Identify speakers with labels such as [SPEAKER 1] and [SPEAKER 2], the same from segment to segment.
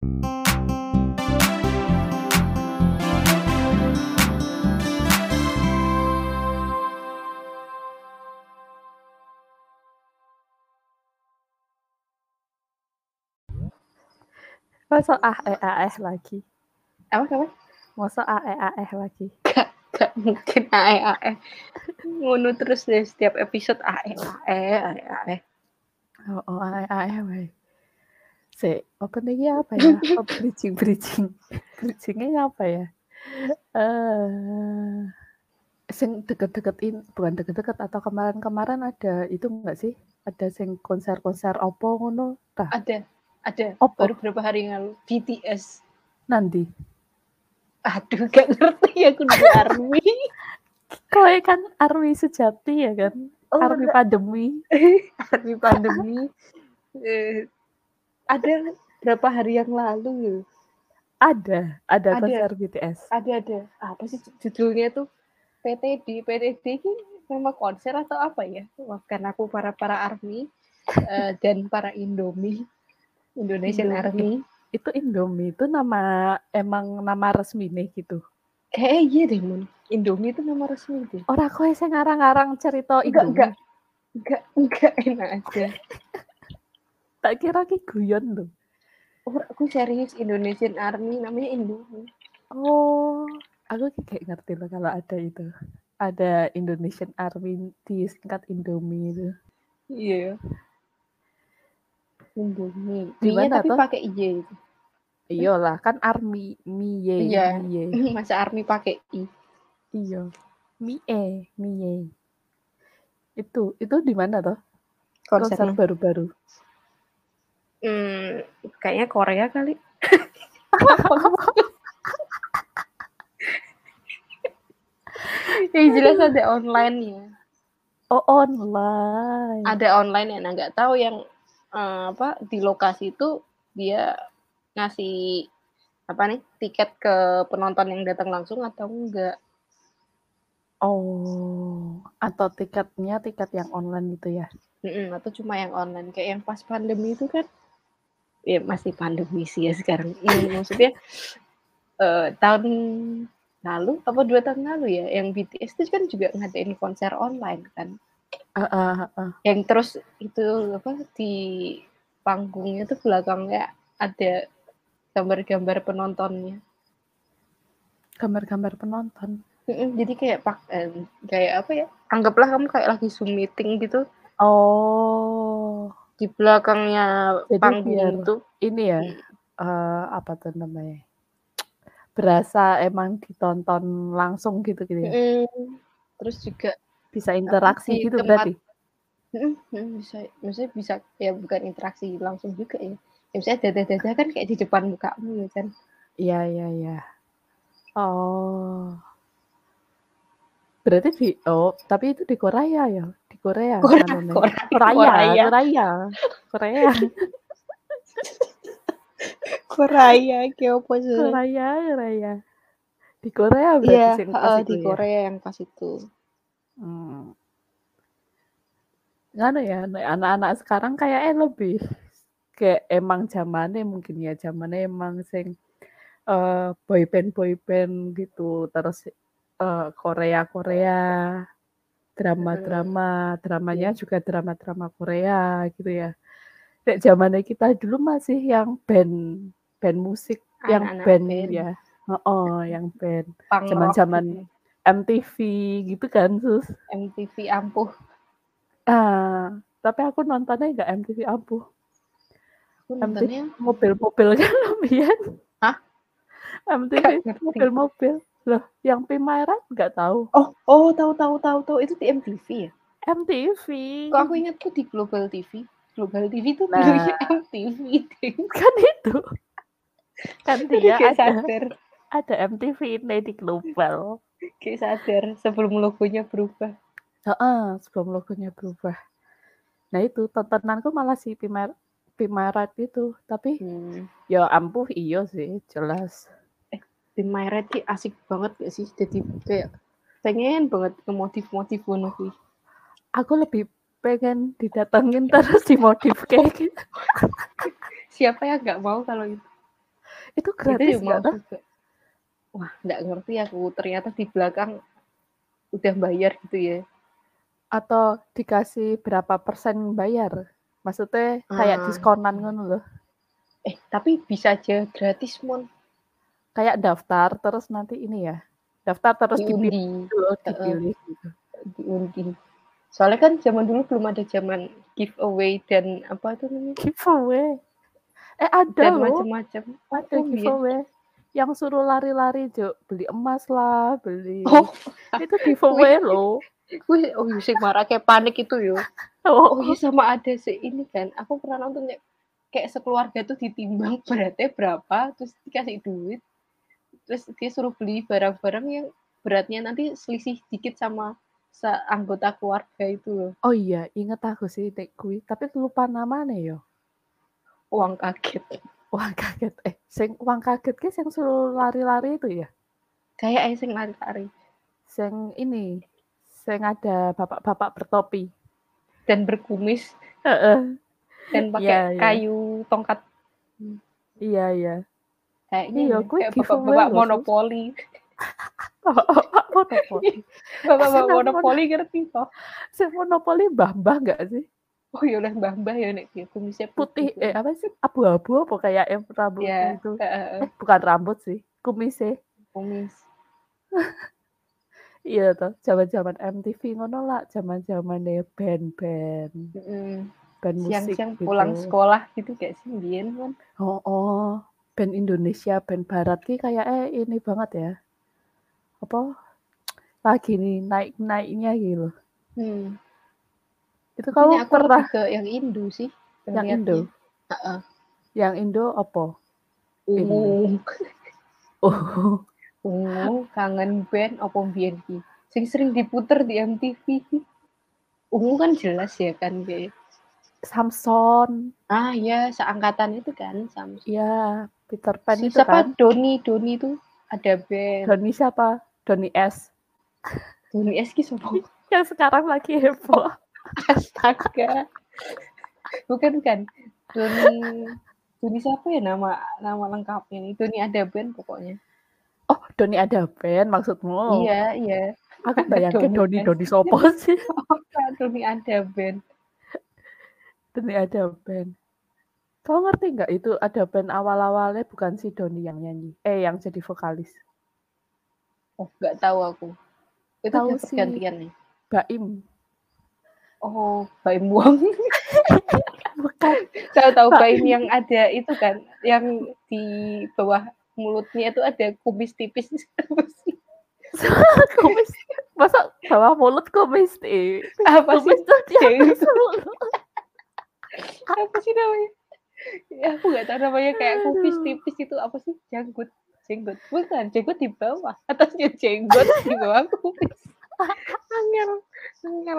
[SPEAKER 1] Masa AE lagi?
[SPEAKER 2] Apa?
[SPEAKER 1] Masa AE lagi?
[SPEAKER 2] Gak mungkin AE. Ngono terus deh setiap episode AE.
[SPEAKER 1] Oh, AE wae. Openingnya apa ya? Oh, bridging. Bridgingnya apa ya? Sing deket-deketin, bukan deket-deket atau kemarin ada itu enggak sih? Ada sing konser-konser opo ngono? Tah.
[SPEAKER 2] Ada.
[SPEAKER 1] Opo?
[SPEAKER 2] Baru beberapa hari yang lalu. BTS.
[SPEAKER 1] Nanti.
[SPEAKER 2] Aduh, gak ngerti aku di ARMY.
[SPEAKER 1] Kowe kan ARMY sejati ya kan? ARMY pandemi.
[SPEAKER 2] ARMY pandemi. Ada berapa hari yang lalu.
[SPEAKER 1] Ada konser BTS.
[SPEAKER 2] Ada. Apa sih judulnya tuh? PTD ini nama konser atau apa ya? Maafkan aku para ARMY dan para Indonesian ARMY.
[SPEAKER 1] Itu Indomie itu emang nama resmi nih gitu.
[SPEAKER 2] Iya deh, Mun. Indomie itu nama resmi deh.
[SPEAKER 1] Ora kowe sing ngarang-ngarang cerita Indomie.
[SPEAKER 2] Enggak enak aja.
[SPEAKER 1] Tak kira ki guyon loh.
[SPEAKER 2] Aku serius Indonesian ARMY namanya Indomie.
[SPEAKER 1] Oh, aku kayak ngerti loh kalau ada itu. Ada Indonesian ARMY disingkat Indomie itu.
[SPEAKER 2] Iya. Indomie.
[SPEAKER 1] Gimana
[SPEAKER 2] tapi
[SPEAKER 1] tuh?
[SPEAKER 2] pakai I itu.
[SPEAKER 1] Iyalah, kan ARMY, miye.
[SPEAKER 2] Iya. Masa ARMY pakai I?
[SPEAKER 1] Iya. Miye. Itu di mana tuh? Konser baru-baru.
[SPEAKER 2] Kayaknya Korea kali. Yang jelas ada online ya.
[SPEAKER 1] Oh, online.
[SPEAKER 2] Ada online ya, nggak tahu yang di lokasi itu dia ngasih tiket ke penonton yang datang langsung atau enggak.
[SPEAKER 1] Oh, atau tiketnya tiket yang online gitu ya?
[SPEAKER 2] Atau cuma yang online kayak yang pas pandemi itu kan, ya masih pandemi sih ya sekarang. Maksudnya tahun lalu apa 2 tahun lalu ya, yang BTS itu kan juga ngadain konser online kan. Yang terus itu di panggungnya tuh belakangnya ada gambar-gambar penontonnya.
[SPEAKER 1] Gambar-gambar penonton.
[SPEAKER 2] Jadi kayak apa ya? Anggaplah kamu kayak lagi Zoom meeting gitu.
[SPEAKER 1] Oh.
[SPEAKER 2] Di belakangnya
[SPEAKER 1] Jadi
[SPEAKER 2] panggung tuh.
[SPEAKER 1] Ini ya, apa tuh namanya? Berasa emang ditonton langsung gitu ya.
[SPEAKER 2] Terus juga
[SPEAKER 1] bisa interaksi gitu berarti.
[SPEAKER 2] Bisa ya, bukan interaksi langsung juga ya. Ya misalnya dada-dada kan kayak di depan mukamu ya kan.
[SPEAKER 1] Iya. Oh. Berarti tapi itu di Korea ya? Di Korea. Korea.
[SPEAKER 2] Korea apa sih?
[SPEAKER 1] Korea. Di Korea berarti
[SPEAKER 2] di Korea yang pas itu.
[SPEAKER 1] Ya, anak-anak sekarang kayaknya lebih kayak emang zamannya mungkin ya, zamannya emang sing boyband gitu, terus Korea dramanya juga drama Korea gitu ya. Nek zamannya kita dulu masih yang band musik, yang band ya. Yang band. Zaman-zaman MTV gitu kan, Sus.
[SPEAKER 2] MTV ampuh.
[SPEAKER 1] Tapi aku nontonnya enggak MTV ampuh.
[SPEAKER 2] Aku nontonnya
[SPEAKER 1] mobil-mobil kan lumayan.
[SPEAKER 2] Hah?
[SPEAKER 1] MTV mobil-mobil. Loh, yang Pimarat enggak tahu.
[SPEAKER 2] Oh, tahu. Itu di MTV ya?
[SPEAKER 1] MTV.
[SPEAKER 2] Kok aku ingatku di Global TV. Global TV itu dulunya MTV.
[SPEAKER 1] Kan itu. Kan dia ada MTV ini di Global.
[SPEAKER 2] Kayak sadar sebelum logonya berubah.
[SPEAKER 1] Sebelum logonya berubah. Nah itu tontonanku malah si Pimarat itu, tapi ya ampuh iya sih, jelas.
[SPEAKER 2] Pimarat sih asik banget gak sih? Jadi kayak pengen banget ngemodif-modif ngono kuwi.
[SPEAKER 1] Aku lebih pengen didatengin terus dimodif kayak gitu.
[SPEAKER 2] Siapa yang nggak mau kalau itu?
[SPEAKER 1] Itu
[SPEAKER 2] Itu
[SPEAKER 1] gratis
[SPEAKER 2] ya
[SPEAKER 1] nggak
[SPEAKER 2] mau
[SPEAKER 1] tuh?
[SPEAKER 2] juga. Wah, nggak ngerti aku. Ternyata di belakang udah bayar gitu ya.
[SPEAKER 1] Atau dikasih berapa persen bayar? Maksudnya kayak
[SPEAKER 2] Ah,
[SPEAKER 1] diskonan ngono loh.
[SPEAKER 2] tapi bisa aja gratis, Mon.
[SPEAKER 1] Kayak daftar terus nanti ini ya. Daftar terus dipilih
[SPEAKER 2] Diundi.
[SPEAKER 1] gitu loh,
[SPEAKER 2] Heeh,
[SPEAKER 1] dipilih gitu.
[SPEAKER 2] diundi. Soalnya kan zaman dulu belum ada zaman giveaway dan apa itu namanya?
[SPEAKER 1] Giveaway. Ada
[SPEAKER 2] Dan
[SPEAKER 1] loh,
[SPEAKER 2] macam-macam.
[SPEAKER 1] ada
[SPEAKER 2] Oh, biar.
[SPEAKER 1] giveaway. Yang suruh lari-lari, Jo. Beli emas lah, beli.
[SPEAKER 2] Oh,
[SPEAKER 1] Itu
[SPEAKER 2] wih,
[SPEAKER 1] giveaway loh.
[SPEAKER 2] wih, oh, sing marah kayak panik itu yo. Oh iya
[SPEAKER 1] Oh,
[SPEAKER 2] sama ada sih ini kan. Aku pernah nonton kayak sekeluarga tuh ditimbang beratnya berapa, terus dikasih duit, terus dia suruh beli barang-barang yang beratnya nanti selisih dikit sama anggota keluarga itu loh.
[SPEAKER 1] oh iya, inget aku sih Nek kui, tapi lupa namanya yo.
[SPEAKER 2] Uang kaget.
[SPEAKER 1] Uang kaget. Sing uang kaget ki sing suruh lari-lari itu ya.
[SPEAKER 2] Kayak sing lari-lari.
[SPEAKER 1] Sing ini, sing ada bapak-bapak bertopi.
[SPEAKER 2] Dan berkumis
[SPEAKER 1] Heeh.
[SPEAKER 2] dan
[SPEAKER 1] Iya,
[SPEAKER 2] pakai
[SPEAKER 1] iya.
[SPEAKER 2] kayu tongkat.
[SPEAKER 1] Iya, iya.
[SPEAKER 2] Kayaknya
[SPEAKER 1] Iya,
[SPEAKER 2] ya,
[SPEAKER 1] kui
[SPEAKER 2] kayak
[SPEAKER 1] giveaway
[SPEAKER 2] bapak-bapak
[SPEAKER 1] loh, Sus.
[SPEAKER 2] monopoli.
[SPEAKER 1] Bapak-bapak monopoli. Sing
[SPEAKER 2] Bapak-bapak
[SPEAKER 1] nang
[SPEAKER 2] monopoli ngerti toh?
[SPEAKER 1] sing monopoli mbah-mbah nggak sih?
[SPEAKER 2] Oh ya udah mbah-mbah ya nek dia kumisnya putih
[SPEAKER 1] Putih,
[SPEAKER 2] kan.
[SPEAKER 1] apa sih? Abu-abu apa kayak yang rambutnya
[SPEAKER 2] Ya,
[SPEAKER 1] itu? Bukan rambut sih, kumisnya.
[SPEAKER 2] kumis.
[SPEAKER 1] Iya toh, zaman-zaman MTV ngono lah, zaman-zamane band-band,
[SPEAKER 2] Mm-mm.
[SPEAKER 1] band musik
[SPEAKER 2] Siang-siang
[SPEAKER 1] gitu.
[SPEAKER 2] pulang sekolah gitu kayak sih Bian kan.
[SPEAKER 1] Oh, oh, band Indonesia, band Barat ki kayak ini banget ya. Apa? Lagi nih naik-naiknya gitu.
[SPEAKER 2] Hmm.
[SPEAKER 1] Itu
[SPEAKER 2] Tapi
[SPEAKER 1] kamu
[SPEAKER 2] nek aku
[SPEAKER 1] pernah
[SPEAKER 2] lebih ke yang Indo sih
[SPEAKER 1] yang
[SPEAKER 2] ngelihatnya.
[SPEAKER 1] Indo?
[SPEAKER 2] Heeh.
[SPEAKER 1] Yang Indo apa? Ini.
[SPEAKER 2] Ungu,
[SPEAKER 1] Oh,
[SPEAKER 2] ungu kangen band apa biyen ki. Sing sering diputer di MTV. Ungu kan jelas ya kan kayak.
[SPEAKER 1] Samson.
[SPEAKER 2] Ah ya, seangkatan itu kan sama.
[SPEAKER 1] Ya, Peter Pan itu
[SPEAKER 2] Siapa
[SPEAKER 1] kan.
[SPEAKER 2] Doni itu ada band.
[SPEAKER 1] Doni siapa? Doni S.
[SPEAKER 2] Doni Eski sopo?
[SPEAKER 1] Yang sekarang lagi heboh.
[SPEAKER 2] Astaga. Bukan kan. Doni Doni siapa ya nama nama lengkapnya nih? Doni ada band pokoknya.
[SPEAKER 1] Oh, Doni ada band maksudmu?
[SPEAKER 2] Iya, iya.
[SPEAKER 1] Aku
[SPEAKER 2] Ada
[SPEAKER 1] bayangke
[SPEAKER 2] Doni
[SPEAKER 1] Doni
[SPEAKER 2] S.
[SPEAKER 1] Doni sopo sih?
[SPEAKER 2] Doni ada band.
[SPEAKER 1] Doni ada band. Kau ngerti nggak itu ada band awal-awalnya bukan si Doni yang nyanyi, yang jadi vokalis.
[SPEAKER 2] Oh, nggak tahu aku. Itu
[SPEAKER 1] Tahu
[SPEAKER 2] udah
[SPEAKER 1] si
[SPEAKER 2] pergantian nih.
[SPEAKER 1] Baim?
[SPEAKER 2] Oh, Baim Wong.
[SPEAKER 1] Bukan,
[SPEAKER 2] Tahu-tahu Baim
[SPEAKER 1] Baim.
[SPEAKER 2] yang ada itu kan, yang di bawah mulutnya itu ada kumis tipis. Apa sih?
[SPEAKER 1] Kumis. Masa bawah mulut kumis
[SPEAKER 2] Apa sih?
[SPEAKER 1] Kumis tuh di atas
[SPEAKER 2] Jenggot.
[SPEAKER 1] mulut.
[SPEAKER 2] Apa sih namanya? Ya, aku nggak tahu namanya kayak kumis
[SPEAKER 1] Aduh.
[SPEAKER 2] tipis itu apa sih? Janggut. Jenggot. Bukan, jenggot di bawah. Atasnya jenggot, di bawah kumis. Angel. Angel.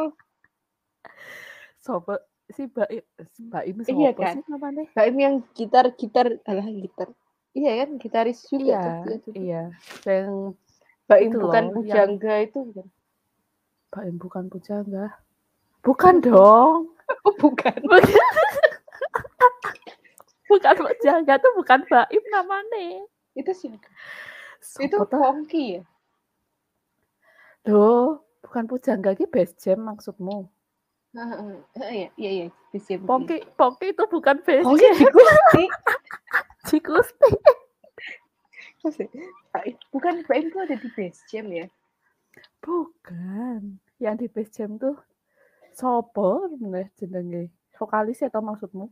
[SPEAKER 1] Sopo si Baim? Baim
[SPEAKER 2] Iya
[SPEAKER 1] sopo
[SPEAKER 2] kan?
[SPEAKER 1] sih namanya?
[SPEAKER 2] Baim yang gitar alah gitar. Iya kan, gitaris juga
[SPEAKER 1] Iya,
[SPEAKER 2] tuh dia dulu.
[SPEAKER 1] iya. Yang
[SPEAKER 2] Baim
[SPEAKER 1] itu
[SPEAKER 2] bukan
[SPEAKER 1] loh, yang
[SPEAKER 2] pujangga itu bukan.
[SPEAKER 1] Baim bukan pujangga. Bukan dong.
[SPEAKER 2] Oh, bukan.
[SPEAKER 1] Bukan, bukan pujangga tuh bukan Baim namanya.
[SPEAKER 2] Itu siapa? Itu
[SPEAKER 1] Sopo tuh?
[SPEAKER 2] Pongki ya?
[SPEAKER 1] Loh, bukan pujangga ki base jam maksudmu.
[SPEAKER 2] Iya, iya, iya.
[SPEAKER 1] Pongki, Pongki itu bukan base
[SPEAKER 2] Pongki
[SPEAKER 1] jam.
[SPEAKER 2] Cikusti.
[SPEAKER 1] Cikusti.
[SPEAKER 2] Bukan Baim tuh ada di base jam ya?
[SPEAKER 1] Bukan. Yang di base jam tuh sopo jenenge? Vokalis atau maksudmu?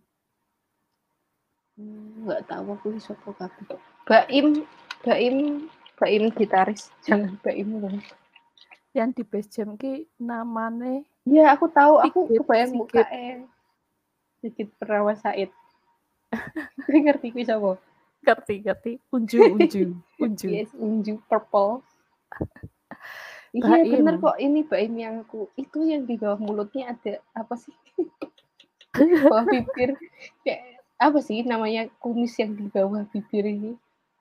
[SPEAKER 2] Nggak tahu aku siapa kabeh. Baim, Baim, Baim gitaris. Jangan Baim dong.
[SPEAKER 1] Yang di base jam ki namanya
[SPEAKER 2] Iya, aku tahu. Aku kebayang
[SPEAKER 1] Sigit.
[SPEAKER 2] mukanya. Sigit Perawa Said. Ngerti ku siapa?
[SPEAKER 1] Ngerti. Unju.
[SPEAKER 2] Yes, unju purple. Iya
[SPEAKER 1] Baim.
[SPEAKER 2] bener kok, ini Baim yang aku itu yang di bawah mulutnya ada apa sih? Bawah bibir kayak apa sih namanya kumis yang di bawah bibir ini?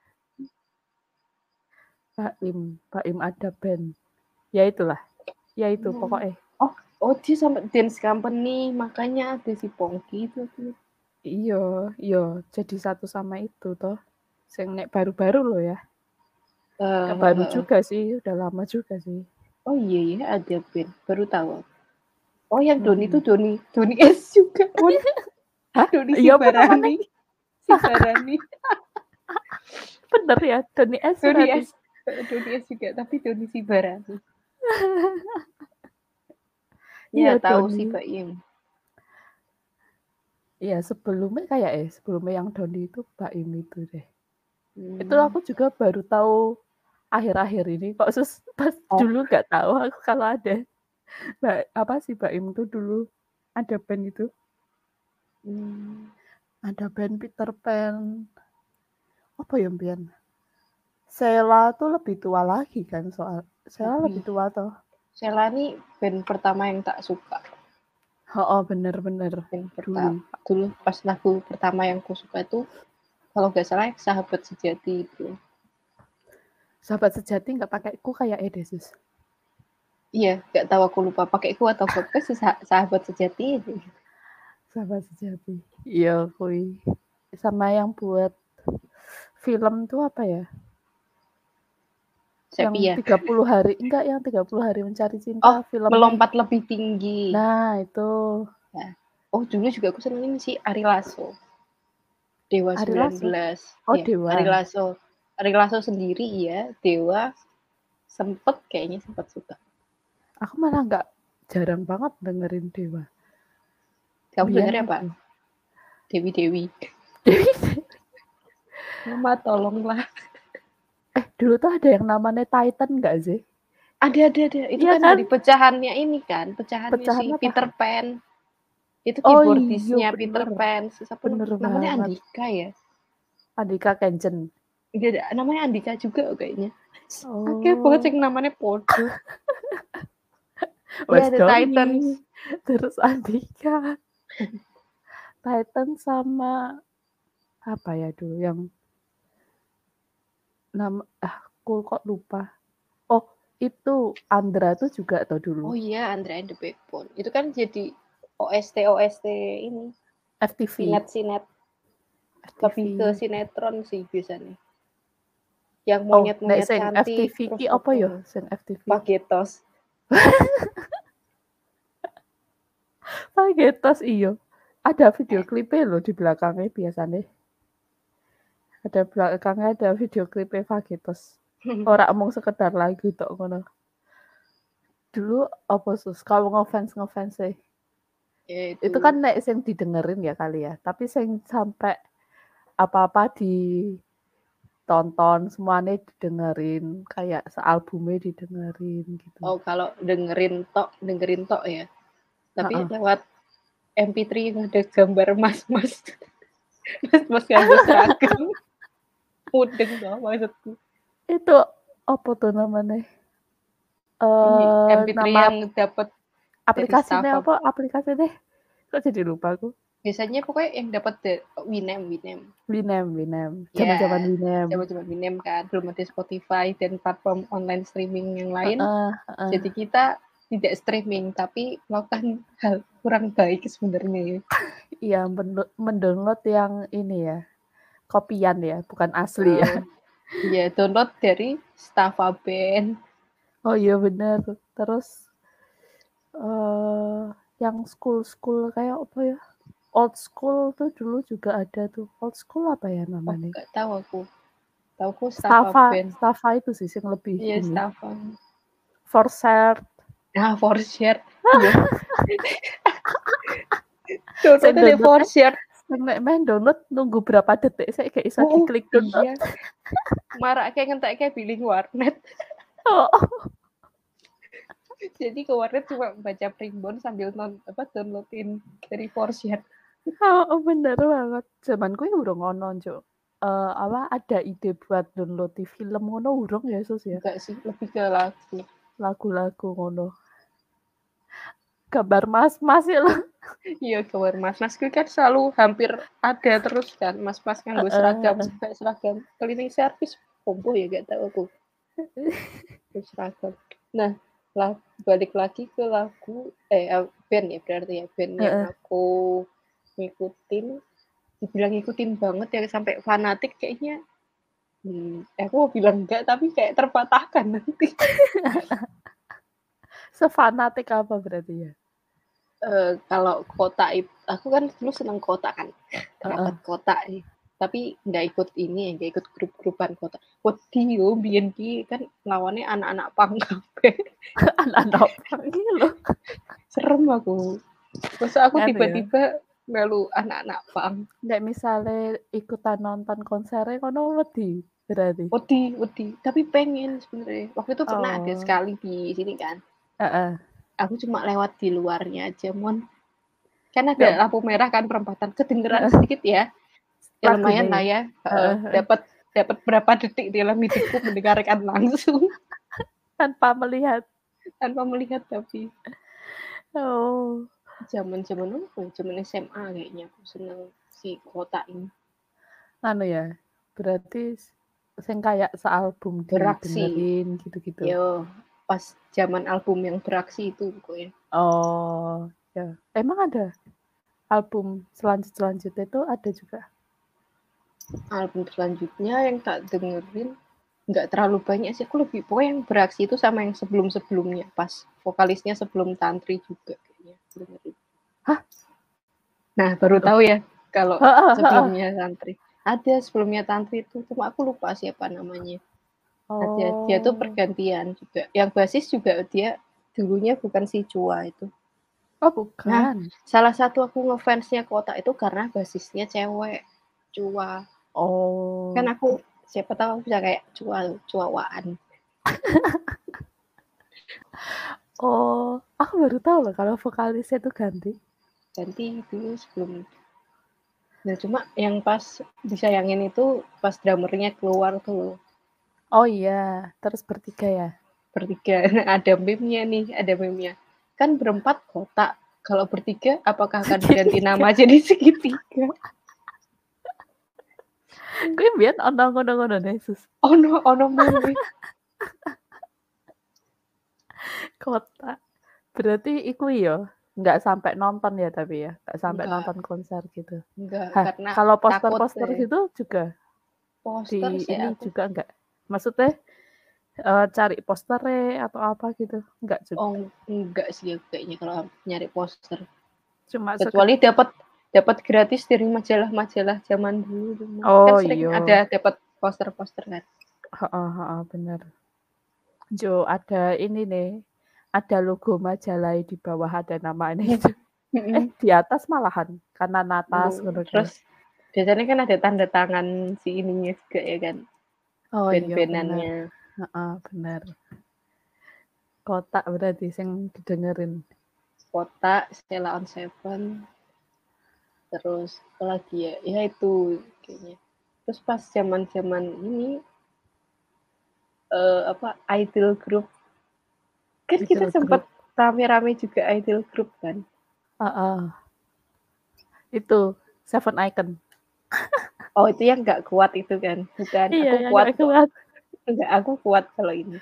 [SPEAKER 1] Baim ada band. Ya itulah. Ya itu pokoknya.
[SPEAKER 2] Oh dia sampai dance company, makanya ada si Pongki itu tuh.
[SPEAKER 1] Iya, jadi satu sama itu toh. Sing nek baru-baru loh ya. Gak baru juga sih, udah lama juga sih.
[SPEAKER 2] Oh iya ada band, baru tahu. Oh yang Doni itu Doni S juga pun.
[SPEAKER 1] Hah?
[SPEAKER 2] Doni
[SPEAKER 1] Iya apa namanya?
[SPEAKER 2] Sibarani.
[SPEAKER 1] Bener ya, Doni S berarti.
[SPEAKER 2] Doni S juga, tapi Doni Sibarani.
[SPEAKER 1] Iya,
[SPEAKER 2] tahu
[SPEAKER 1] Doni.
[SPEAKER 2] sih Mbak Im.
[SPEAKER 1] Iya, sebelumnya yang Doni itu Mbak Im itu deh. Itu aku juga baru tahu akhir-akhir ini kok pas dulu nggak tahu aku kalau ada Mbak Im itu dulu ada band itu. Ada band Peter Pan. Apa ya Bian? Sheila tuh lebih tua lagi kan Sheila lebih tua toh.
[SPEAKER 2] Sheila nih band pertama yang tak suka.
[SPEAKER 1] Bener.
[SPEAKER 2] Band pertama. Dulu pas lagu pertama yang aku suka itu kalau nggak salah Sahabat Sejati itu.
[SPEAKER 1] Sahabat Sejati nggak pakai ku kayak Edesus.
[SPEAKER 2] Iya, nggak tahu aku lupa pakai ku atau podcast Sahabat Sejati itu.
[SPEAKER 1] Sahabat Sejati. Iya, kui. Sama yang buat film tuh apa ya?
[SPEAKER 2] Sepia.
[SPEAKER 1] Yang 30 hari, enggak yang 30 hari mencari cinta. Film
[SPEAKER 2] Melompat lebih tinggi.
[SPEAKER 1] Nah, itu.
[SPEAKER 2] Nah. Oh, dulu juga aku seneng ini sih Ari Lasso. Dewa
[SPEAKER 1] Ari
[SPEAKER 2] 19.
[SPEAKER 1] Lasso. Oh,
[SPEAKER 2] ya,
[SPEAKER 1] Dewa.
[SPEAKER 2] Ari Lasso sendiri ya, Dewa kayaknya sempat suka.
[SPEAKER 1] Aku malah nggak jarang banget dengerin Dewa.
[SPEAKER 2] Kamu dengerin apa? Dewi. Mama tolonglah.
[SPEAKER 1] Dulu tuh ada yang namanya Titan nggak sih?
[SPEAKER 2] Ada. Itu kan dari pecahannya ini kan, pecahannya
[SPEAKER 1] Pecahan
[SPEAKER 2] si
[SPEAKER 1] apa?
[SPEAKER 2] Peter Pan. Itu keyboardisnya Peter Pan. Siapa namanya? Andika ya?
[SPEAKER 1] Andika Kenjen.
[SPEAKER 2] Iya, namanya Andika juga kayaknya. Oke, banget yang namanya Podo.
[SPEAKER 1] Ya, ada Titans. Terus Andika. Titan sama apa ya dulu yang aku kok lupa. Oh, itu Andra tuh juga tuh dulu.
[SPEAKER 2] Oh iya, Andra and the Backbone. Itu kan jadi OST ini.
[SPEAKER 1] FTV.
[SPEAKER 2] Sinet. Lebih ke sinetron sih biasanya. Yang monyet-monyet cantik.
[SPEAKER 1] FTV ki apa ya? Sing FTV.
[SPEAKER 2] Pagetos.
[SPEAKER 1] Pagetos iyo. Ada video klipnya loh di belakangnya biasanya. Ada video klipnya Pagetos. Ora omong sekedar lagu tok ngono. Dulu apa sus kalau ngefans sih. Itu kan nek sing didengerin ya kali ya. Tapi sing sampai apa-apa ditonton semuanya didengerin kayak sealbumnya didengerin gitu.
[SPEAKER 2] Oh, kalau dengerin tok ya. Tapi lewat MP3 yang ada gambar mas-mas nganggo seragam. Mudeng tau maksudku.
[SPEAKER 1] Itu apa tuh namanya?
[SPEAKER 2] MP3 yang dapat
[SPEAKER 1] aplikasinya apa? Aplikasi deh. Kok jadi lupa aku?
[SPEAKER 2] Biasanya pokoknya yang dapat Winem.
[SPEAKER 1] Winem.
[SPEAKER 2] Zaman-zaman Winem kan, belum ada Spotify dan platform online streaming yang lain. Jadi kita tidak streaming tapi melakukan hal kurang baik sebenarnya.
[SPEAKER 1] Iya, mendownload yang ini ya. Kopian ya, bukan asli ya.
[SPEAKER 2] Iya, download dari Stava Band.
[SPEAKER 1] Oh iya benar. Terus yang school kayak apa ya? Old school tuh dulu juga ada tuh. Old school apa ya namanya?
[SPEAKER 2] Nggak tahu aku. Tahu Stava Band.
[SPEAKER 1] Stava itu sih yang lebih
[SPEAKER 2] iya, ini. Stava.
[SPEAKER 1] Forshare.
[SPEAKER 2] Nah, Forshare. Iya. Download dari Forshare.
[SPEAKER 1] Main download nunggu berapa detik saya kayak bisa diklik download.
[SPEAKER 2] Iya. Marak kayak ngentek kayak billing warnet. Jadi ke warnet cuma baca primbon sambil downloadin dari Forshare.
[SPEAKER 1] Oh, bener banget. Zamanku ya urung ngono, Cuk. Ada ide buat download di film ngono urung ya, Sus ya?
[SPEAKER 2] Enggak sih, lebih ke lagu.
[SPEAKER 1] Lagu-lagu ngono. Gambar mas-mas ya loh.
[SPEAKER 2] Iya, gambar mas-mas kan selalu hampir ada terus kan. Mas-mas nganggo seragam cleaning service. Pompo ya gak tahu aku. Seragam. Nah, balik lagi ke lagu band ya berarti ya. Band yang aku ngikutin, dibilang ngikutin banget ya sampai fanatik kayaknya Aku mau bilang enggak, tapi kayak terpatahkan nanti.
[SPEAKER 1] Sefanatik apa berarti ya?
[SPEAKER 2] Kalau kotak aku kan dulu seneng kotak kan,
[SPEAKER 1] Heeh.
[SPEAKER 2] rapat kotak nih, tapi nggak ikut ini, nggak ikut grup-grupan kotak. Wedi yo biyen ki kan lawannya anak-anak pang kabeh.
[SPEAKER 1] Anak-anak pang iki lho.
[SPEAKER 2] Serem aku. Masa aku
[SPEAKER 1] Nganu ya,
[SPEAKER 2] tiba-tiba melu anak-anak pang.
[SPEAKER 1] nek misale ikutan nonton konsere kono wedi berarti?
[SPEAKER 2] Wedi, tapi pengen sebenarnya. Waktu itu pernah ada
[SPEAKER 1] Oh,
[SPEAKER 2] sekali di sini kan,
[SPEAKER 1] heeh.
[SPEAKER 2] aku cuma lewat di luarnya aja, kan ada
[SPEAKER 1] Nggak
[SPEAKER 2] lampu merah kan perempatan, kedengeran
[SPEAKER 1] heeh,
[SPEAKER 2] sedikit ya. Ya lumayan lah
[SPEAKER 1] lagune?
[SPEAKER 2] ya,
[SPEAKER 1] Heeh heeh.
[SPEAKER 2] dapat berapa detik dalam hidupku mendengarkan langsung
[SPEAKER 1] Tanpa melihat.
[SPEAKER 2] tanpa melihat, tapi
[SPEAKER 1] Oh,
[SPEAKER 2] zaman-zaman apa ya, zaman SMA kayaknya aku seneng si kotak ini.
[SPEAKER 1] anu ya, berarti sing kayak sealbum
[SPEAKER 2] Beraksi,
[SPEAKER 1] didengerin gitu-gitu?
[SPEAKER 2] yo pas zaman album yang beraksi itu pokoknya.
[SPEAKER 1] Oh, ya. Emang ada album selanjutnya itu ada juga?
[SPEAKER 2] Album selanjutnya yang tak dengerin nggak terlalu banyak sih, aku lebih pokoknya yang beraksi itu sama yang sebelum-sebelumnya, pas vokalisnya sebelum Tantri juga kayaknya dengerin.
[SPEAKER 1] Hah?
[SPEAKER 2] Nah, baru
[SPEAKER 1] Loh?
[SPEAKER 2] tahu ya kalau
[SPEAKER 1] Heeh heeh.
[SPEAKER 2] sebelumnya Tantri. Ada sebelumnya Tantri itu, cuma aku lupa siapa namanya. Ada, dia tuh
[SPEAKER 1] Oh.
[SPEAKER 2] pergantian juga. Yang basis juga dia dulunya bukan si Chua itu.
[SPEAKER 1] Oh,
[SPEAKER 2] Nah,
[SPEAKER 1] bukan?
[SPEAKER 2] salah satu aku ngefansnya Kotak itu karena basisnya cewek, Chua. Kan
[SPEAKER 1] Oh.
[SPEAKER 2] aku siapa tahu aku bisa kayak Chua Waan.
[SPEAKER 1] Oh, aku baru tahu loh kalau vokalisnya itu ganti.
[SPEAKER 2] Ganti dulu sebelum. Nah, cuma yang pas disayangin itu pas drummernya keluar tuh.
[SPEAKER 1] Oh iya, terus bertiga ya?
[SPEAKER 2] Bertiga. Nah, ada meme-nya nih, ada meme-nya. Kan berempat kotak. Kalau bertiga, apakah akan diganti
[SPEAKER 1] Segitiga.
[SPEAKER 2] nama jadi segitiga?
[SPEAKER 1] Kuwi mbiyen ana ngono-ngono Sus.
[SPEAKER 2] Ono meme.
[SPEAKER 1] Kotak. Berarti iku ya, nggak sampai nonton ya tapi ya? Nggak sampai
[SPEAKER 2] Enggak,
[SPEAKER 1] nonton konser gitu?
[SPEAKER 2] enggak.
[SPEAKER 1] Hah,
[SPEAKER 2] Karena
[SPEAKER 1] kalau
[SPEAKER 2] takut
[SPEAKER 1] poster-poster
[SPEAKER 2] deh.
[SPEAKER 1] gitu juga
[SPEAKER 2] Poster
[SPEAKER 1] di
[SPEAKER 2] sih
[SPEAKER 1] ini
[SPEAKER 2] aku.
[SPEAKER 1] juga enggak? Maksudnya, cari posternya atau apa gitu? Enggak juga?
[SPEAKER 2] Oh, enggak sih kayaknya kalau nyari poster.
[SPEAKER 1] Cuma
[SPEAKER 2] Kecuali dapat gratis dari majalah-majalah zaman dulu. Kan
[SPEAKER 1] oh
[SPEAKER 2] sering
[SPEAKER 1] iya.
[SPEAKER 2] ada dapat poster-poster kan.
[SPEAKER 1] Heeh heeh, bener. Jo, ada ini nih, ada logo majalah di bawah ada namanya itu. Di atas malahan, kanan atas ngono kae.
[SPEAKER 2] Terus biasanya kan ada tanda tangan si ininya juga ya kan,
[SPEAKER 1] Oh iya bener,
[SPEAKER 2] band-bandannya.
[SPEAKER 1] heeh, bener. Kotak berarti sing didengerin.
[SPEAKER 2] Kotak, Sheila on Seven, terus apa lagi ya? Ya itu kayaknya. Terus pas zaman-zaman ini apa idol group kan kita
[SPEAKER 1] Idol
[SPEAKER 2] sempat
[SPEAKER 1] group.
[SPEAKER 2] rame-rame juga idol group kan.
[SPEAKER 1] Heeh. Itu Seven Icon.
[SPEAKER 2] Oh itu yang nggak kuat itu kan? Bukan,
[SPEAKER 1] Iya,
[SPEAKER 2] aku
[SPEAKER 1] yang
[SPEAKER 2] kuat
[SPEAKER 1] gak
[SPEAKER 2] kok.
[SPEAKER 1] kuat.
[SPEAKER 2] Enggak, aku kuat kalau ini.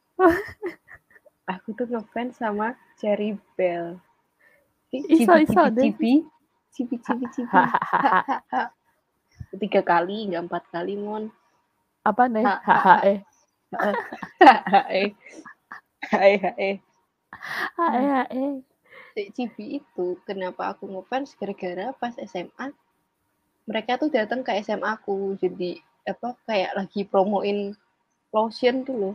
[SPEAKER 2] Aku tuh ngefans sama Cherry Bell. Cibi
[SPEAKER 1] Iso-iso
[SPEAKER 2] cibi
[SPEAKER 1] deh.
[SPEAKER 2] cibi, cibi cibi cibi. Ha
[SPEAKER 1] Hahaha.
[SPEAKER 2] ha ha. 3 kali, enggak 4 kali mon.
[SPEAKER 1] Apa nih?
[SPEAKER 2] Ha ha ha.
[SPEAKER 1] HHE.
[SPEAKER 2] Heeh. HE. HE HE.
[SPEAKER 1] HE.
[SPEAKER 2] Si Cibi itu kenapa aku ngefans gara-gara pas SMA mereka tuh datang ke SMA aku jadi apa kayak lagi promoin lotion tuh loh.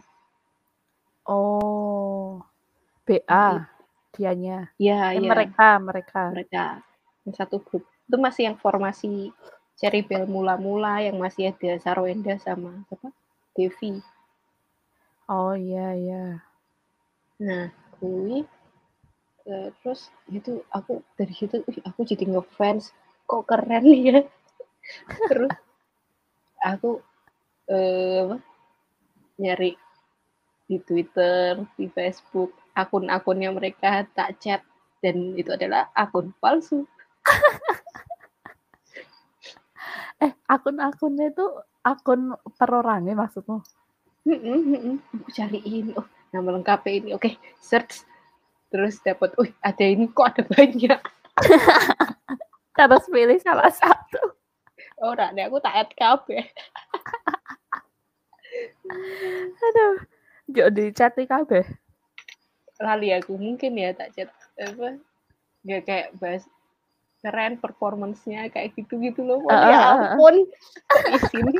[SPEAKER 1] Oh,
[SPEAKER 2] Nah,
[SPEAKER 1] BA dianya.
[SPEAKER 2] iya iya
[SPEAKER 1] Mereka.
[SPEAKER 2] mereka yang satu grup. Itu masih yang formasi Cherry Bell mula-mula yang masih ada Sarwenda sama apa? Devi.
[SPEAKER 1] Oh iya iya.
[SPEAKER 2] Nah, kui terus itu aku dari situ aku jadi ngefans kok keren ya. Terus aku apa, nyari di Twitter, di Facebook, akun-akunnya mereka tak chat dan itu adalah akun palsu.
[SPEAKER 1] Akun-akunnya itu akun perorangnya maksudmu?
[SPEAKER 2] Aku cariin, oh nama lengkapnya ini, oke, search terus dapat, ada ini kok ada banyak.
[SPEAKER 1] Harus pilih salah satu.
[SPEAKER 2] Ora nek aku tak add kabeh.
[SPEAKER 1] Aduh, njuk di-chat kabeh.
[SPEAKER 2] Lali aku, mungkin ya tak chat apa, nggak kayak bahas keren performance-nya kayak gitu-gitu loh. Mon, ya
[SPEAKER 1] Heeh.
[SPEAKER 2] ampun, kok izin?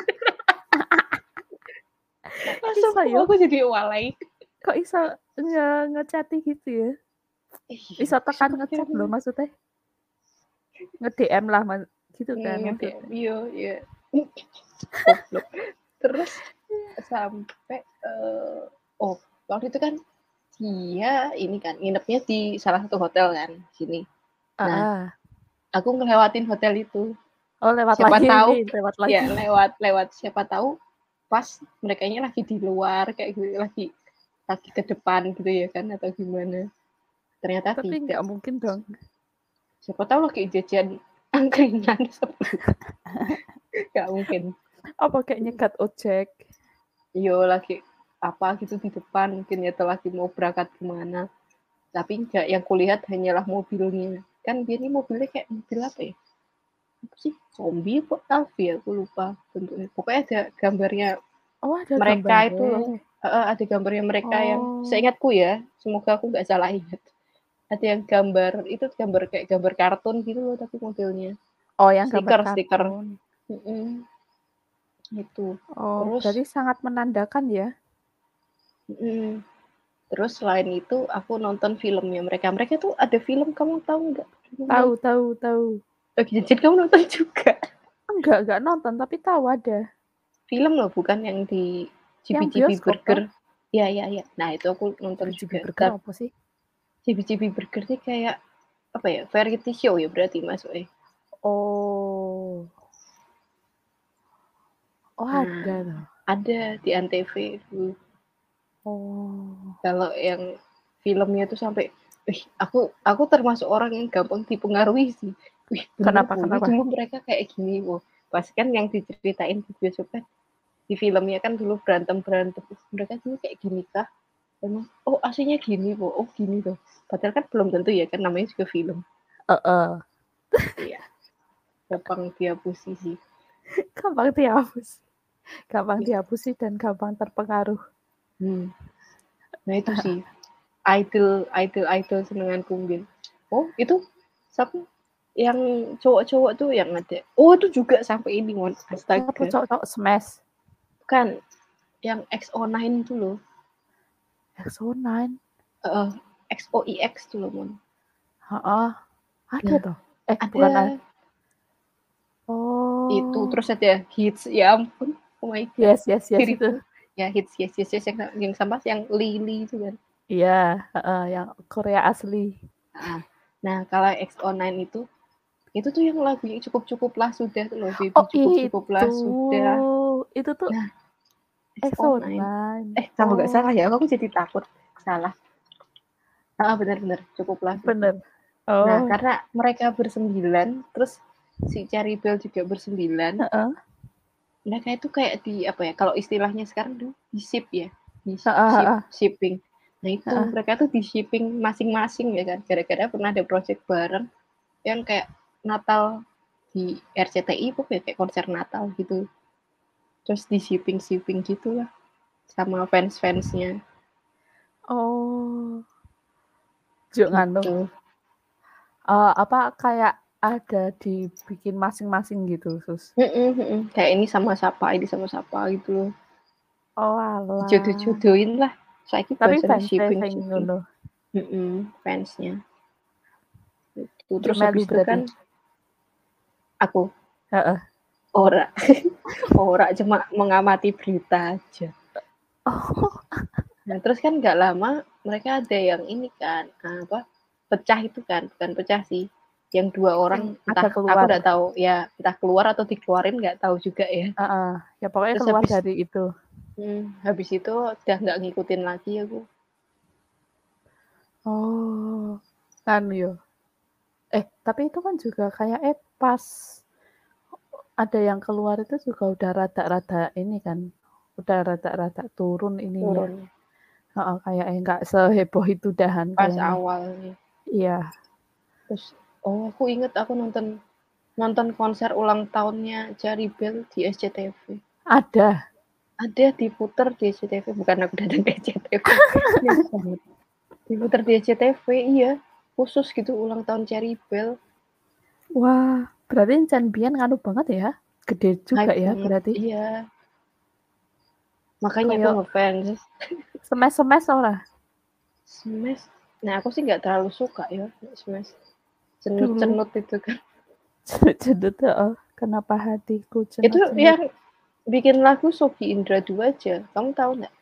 [SPEAKER 2] Langsung
[SPEAKER 1] Iso yo,
[SPEAKER 2] aku jadi walai.
[SPEAKER 1] kok iso ngechat gitu ya?
[SPEAKER 2] Iya,
[SPEAKER 1] Iso
[SPEAKER 2] bisa
[SPEAKER 1] tekan ngechat
[SPEAKER 2] kepikiran.
[SPEAKER 1] loh maksudnya. Nge-DM lah gitu kan
[SPEAKER 2] Nge-DM,
[SPEAKER 1] maksudnya.
[SPEAKER 2] iya, iya. Goblok. Terus sampai oh, waktu itu kan dia ini kan nginepnya di salah satu hotel kan sini. Nah,
[SPEAKER 1] Heeh.
[SPEAKER 2] aku ngelewatin hotel itu.
[SPEAKER 1] Oh, lewat
[SPEAKER 2] Siapa
[SPEAKER 1] lagi
[SPEAKER 2] tahu
[SPEAKER 1] ini, lewat
[SPEAKER 2] ya
[SPEAKER 1] lagi.
[SPEAKER 2] lewat siapa tahu pas merekanya lagi di luar kayak gitu, lagi ke depan gitu ya kan atau gimana. Ternyata
[SPEAKER 1] Tapi
[SPEAKER 2] tidak.
[SPEAKER 1] nggak mungkin dong.
[SPEAKER 2] Siapa tahu lagi jajan angkringan sebelum. Gak mungkin.
[SPEAKER 1] Apa kayak nyegat ojek?
[SPEAKER 2] Yo lagi apa gitu di depan mungkin ya lagi mau berangkat kemana. Tapi enggak, yang kulihat hanyalah mobilnya. Kan dia ini mobilnya kayak mobil apa ya? Apa sih? Zombie apa Alfi ya? Aku lupa bentuknya. Pokoknya ada gambarnya
[SPEAKER 1] Oh, ada
[SPEAKER 2] mereka itu loh.
[SPEAKER 1] gambarnya.
[SPEAKER 2] Ada gambarnya mereka yang
[SPEAKER 1] Oh.
[SPEAKER 2] seingatku ya. Semoga aku nggak salah ingat. Ada yang gambar itu gambar kayak gambar kartun gitu loh tapi mobilnya.
[SPEAKER 1] Oh, yang gambar
[SPEAKER 2] Stiker.
[SPEAKER 1] kartun.
[SPEAKER 2] Itu.
[SPEAKER 1] Oh,
[SPEAKER 2] Terus
[SPEAKER 1] berarti sangat menandakan ya?
[SPEAKER 2] terus selain itu aku nonton filmnya mereka. Mereka tuh ada film kamu tahu nggak?
[SPEAKER 1] Tahu.
[SPEAKER 2] Jadi kamu nonton juga?
[SPEAKER 1] Enggak nonton, tapi tahu ada.
[SPEAKER 2] Film loh, bukan yang di
[SPEAKER 1] Yang
[SPEAKER 2] Cibi-Cibi
[SPEAKER 1] bioskop
[SPEAKER 2] Burger.
[SPEAKER 1] toh?
[SPEAKER 2] Ya, ya, ya. Nah, itu aku nonton
[SPEAKER 1] Cibi-cibi
[SPEAKER 2] juga.
[SPEAKER 1] burger
[SPEAKER 2] Dan
[SPEAKER 1] apa sih?
[SPEAKER 2] Cibi-Cibi Burger ini kayak apa ya? Variety show ya berarti masuknya.
[SPEAKER 1] Oh. Oh,
[SPEAKER 2] Nah,
[SPEAKER 1] ada loh.
[SPEAKER 2] ada di Antv dulu.
[SPEAKER 1] Oh.
[SPEAKER 2] Kalau yang filmnya tuh sampai aku termasuk orang yang gampang dipengaruhi sih. Wih, bener
[SPEAKER 1] Kenapa?
[SPEAKER 2] bu, ini
[SPEAKER 1] Kenapa?
[SPEAKER 2] dulu mereka kayak gini, bu. Pas kan yang diceritain di bioskop kan, di filmnya kan dulu berantem-berantem. Mereka dulu kayak gini kah? Emang, oh aslinya gini, bu. Oh gini tuh. Padahal kan belum tentu ya, kan namanya juga film.
[SPEAKER 1] Heeh.
[SPEAKER 2] Iya, gampang dihapusi sih.
[SPEAKER 1] Gampang dihapus. Gampang dihapusi dan gampang terpengaruh.
[SPEAKER 2] Nah itu sih, idol senenganku mungkin. Oh itu siapa yang cowok-cowok tuh yang ada, oh itu juga sampai ini mon,
[SPEAKER 1] Apa
[SPEAKER 2] astaga,
[SPEAKER 1] cowok smash?
[SPEAKER 2] kan yang XO9 itu loh,
[SPEAKER 1] EXO-9.
[SPEAKER 2] XOIX tuh loh mon.
[SPEAKER 1] Heeh. Ada
[SPEAKER 2] Nah
[SPEAKER 1] toh?
[SPEAKER 2] ada
[SPEAKER 1] Bukan ada.
[SPEAKER 2] itu,
[SPEAKER 1] Oh.
[SPEAKER 2] terus ada hits, ya ampun, oh my god,
[SPEAKER 1] Yes itu.
[SPEAKER 2] diriku ya hits, yes yang sama yang Lily itu kan.
[SPEAKER 1] Iya, heeh, yang Korea asli.
[SPEAKER 2] Nah kalau XO9 itu tuh yang lagunya cukup-cukuplah sudah tuh loh, baby
[SPEAKER 1] Oh,
[SPEAKER 2] cukup-cukuplah
[SPEAKER 1] itu.
[SPEAKER 2] sudah.
[SPEAKER 1] Itu tuh
[SPEAKER 2] Nah XO9,
[SPEAKER 1] EXO-9.
[SPEAKER 2] kalau nggak
[SPEAKER 1] Oh,
[SPEAKER 2] salah ya, aku jadi takut salah. Benar-benar cukuplah sudah.
[SPEAKER 1] bener.
[SPEAKER 2] Nah
[SPEAKER 1] Oh,
[SPEAKER 2] karena mereka bersembilan, terus si Cherry Bell juga bersembilan,
[SPEAKER 1] heeh.
[SPEAKER 2] mereka itu kayak di apa ya, kalau istilahnya sekarang tuh di ship ya, di
[SPEAKER 1] Heeh
[SPEAKER 2] ship
[SPEAKER 1] heeh
[SPEAKER 2] shipping. Nah itu
[SPEAKER 1] heeh.
[SPEAKER 2] mereka tuh di shipping masing-masing ya kan, gara-gara pernah ada project bareng yang kayak Natal di RCTI pokoknya kayak konser Natal gitu, terus di shipping gitulah sama fans-fansnya
[SPEAKER 1] Oh, juk nganu,
[SPEAKER 2] gitu.
[SPEAKER 1] apa, kayak ada dibikin masing-masing gitu, Sus?
[SPEAKER 2] Kayak ini sama siapa gitu loh.
[SPEAKER 1] Oalah.
[SPEAKER 2] Dijodoh-jodohin lah. Saiki
[SPEAKER 1] Tapi
[SPEAKER 2] bahasanya
[SPEAKER 1] fansnya
[SPEAKER 2] shipping
[SPEAKER 1] sing
[SPEAKER 2] shipping.
[SPEAKER 1] ngono,
[SPEAKER 2] Fansnya. Itu.
[SPEAKER 1] juk
[SPEAKER 2] Terus
[SPEAKER 1] melu
[SPEAKER 2] habis itu
[SPEAKER 1] berarti?
[SPEAKER 2] kan aku
[SPEAKER 1] Heeh.
[SPEAKER 2] ora ora cuma mengamati berita aja.
[SPEAKER 1] Oh,
[SPEAKER 2] Nah terus kan nggak lama mereka ada yang ini kan apa, pecah itu kan, bukan pecah sih, yang dua
[SPEAKER 1] sing
[SPEAKER 2] orang
[SPEAKER 1] ada
[SPEAKER 2] entah aku
[SPEAKER 1] keluar.
[SPEAKER 2] nggak tahu ya, entah keluar atau dikeluarin nggak tahu juga ya.
[SPEAKER 1] Heeh, ya pokoknya
[SPEAKER 2] Terus
[SPEAKER 1] keluar dari itu.
[SPEAKER 2] habis itu udah nggak ngikutin lagi aku.
[SPEAKER 1] Oh, kan yo. Tapi itu kan juga kayak pas ada yang keluar itu juga udah rada-rada ini kan, udah rada-rada turun ininya.
[SPEAKER 2] Turun
[SPEAKER 1] Heeh, kayak nggak seheboh itu dahan
[SPEAKER 2] pas
[SPEAKER 1] kayaknya.
[SPEAKER 2] awalnya.
[SPEAKER 1] Iya,
[SPEAKER 2] Terus aku inget aku nonton nonton konser ulang tahunnya Cherry Bell di SCTV.
[SPEAKER 1] ada.
[SPEAKER 2] Ada diputer di SCTV, bukan aku datang ke SCTV. Ya banget. Diputer di SCTV, iya. Khusus gitu ulang tahun Cherry Bell.
[SPEAKER 1] Wah, berarti Chan Bian nganu banget ya? Gede juga
[SPEAKER 2] Hype
[SPEAKER 1] ya
[SPEAKER 2] banget,
[SPEAKER 1] berarti?
[SPEAKER 2] iya. Makanya aku
[SPEAKER 1] Kayak
[SPEAKER 2] ngefans.
[SPEAKER 1] Smash ora?
[SPEAKER 2] Smash. Nah, aku sih nggak terlalu suka ya Smash.
[SPEAKER 1] Dulu
[SPEAKER 2] Cenut-cenut itu kan.
[SPEAKER 1] cenut kenapa hatiku
[SPEAKER 2] Itu
[SPEAKER 1] cenut-cenut.
[SPEAKER 2] yang bikin lagu Sogi Indra Duaja. Kamu tahu nggak?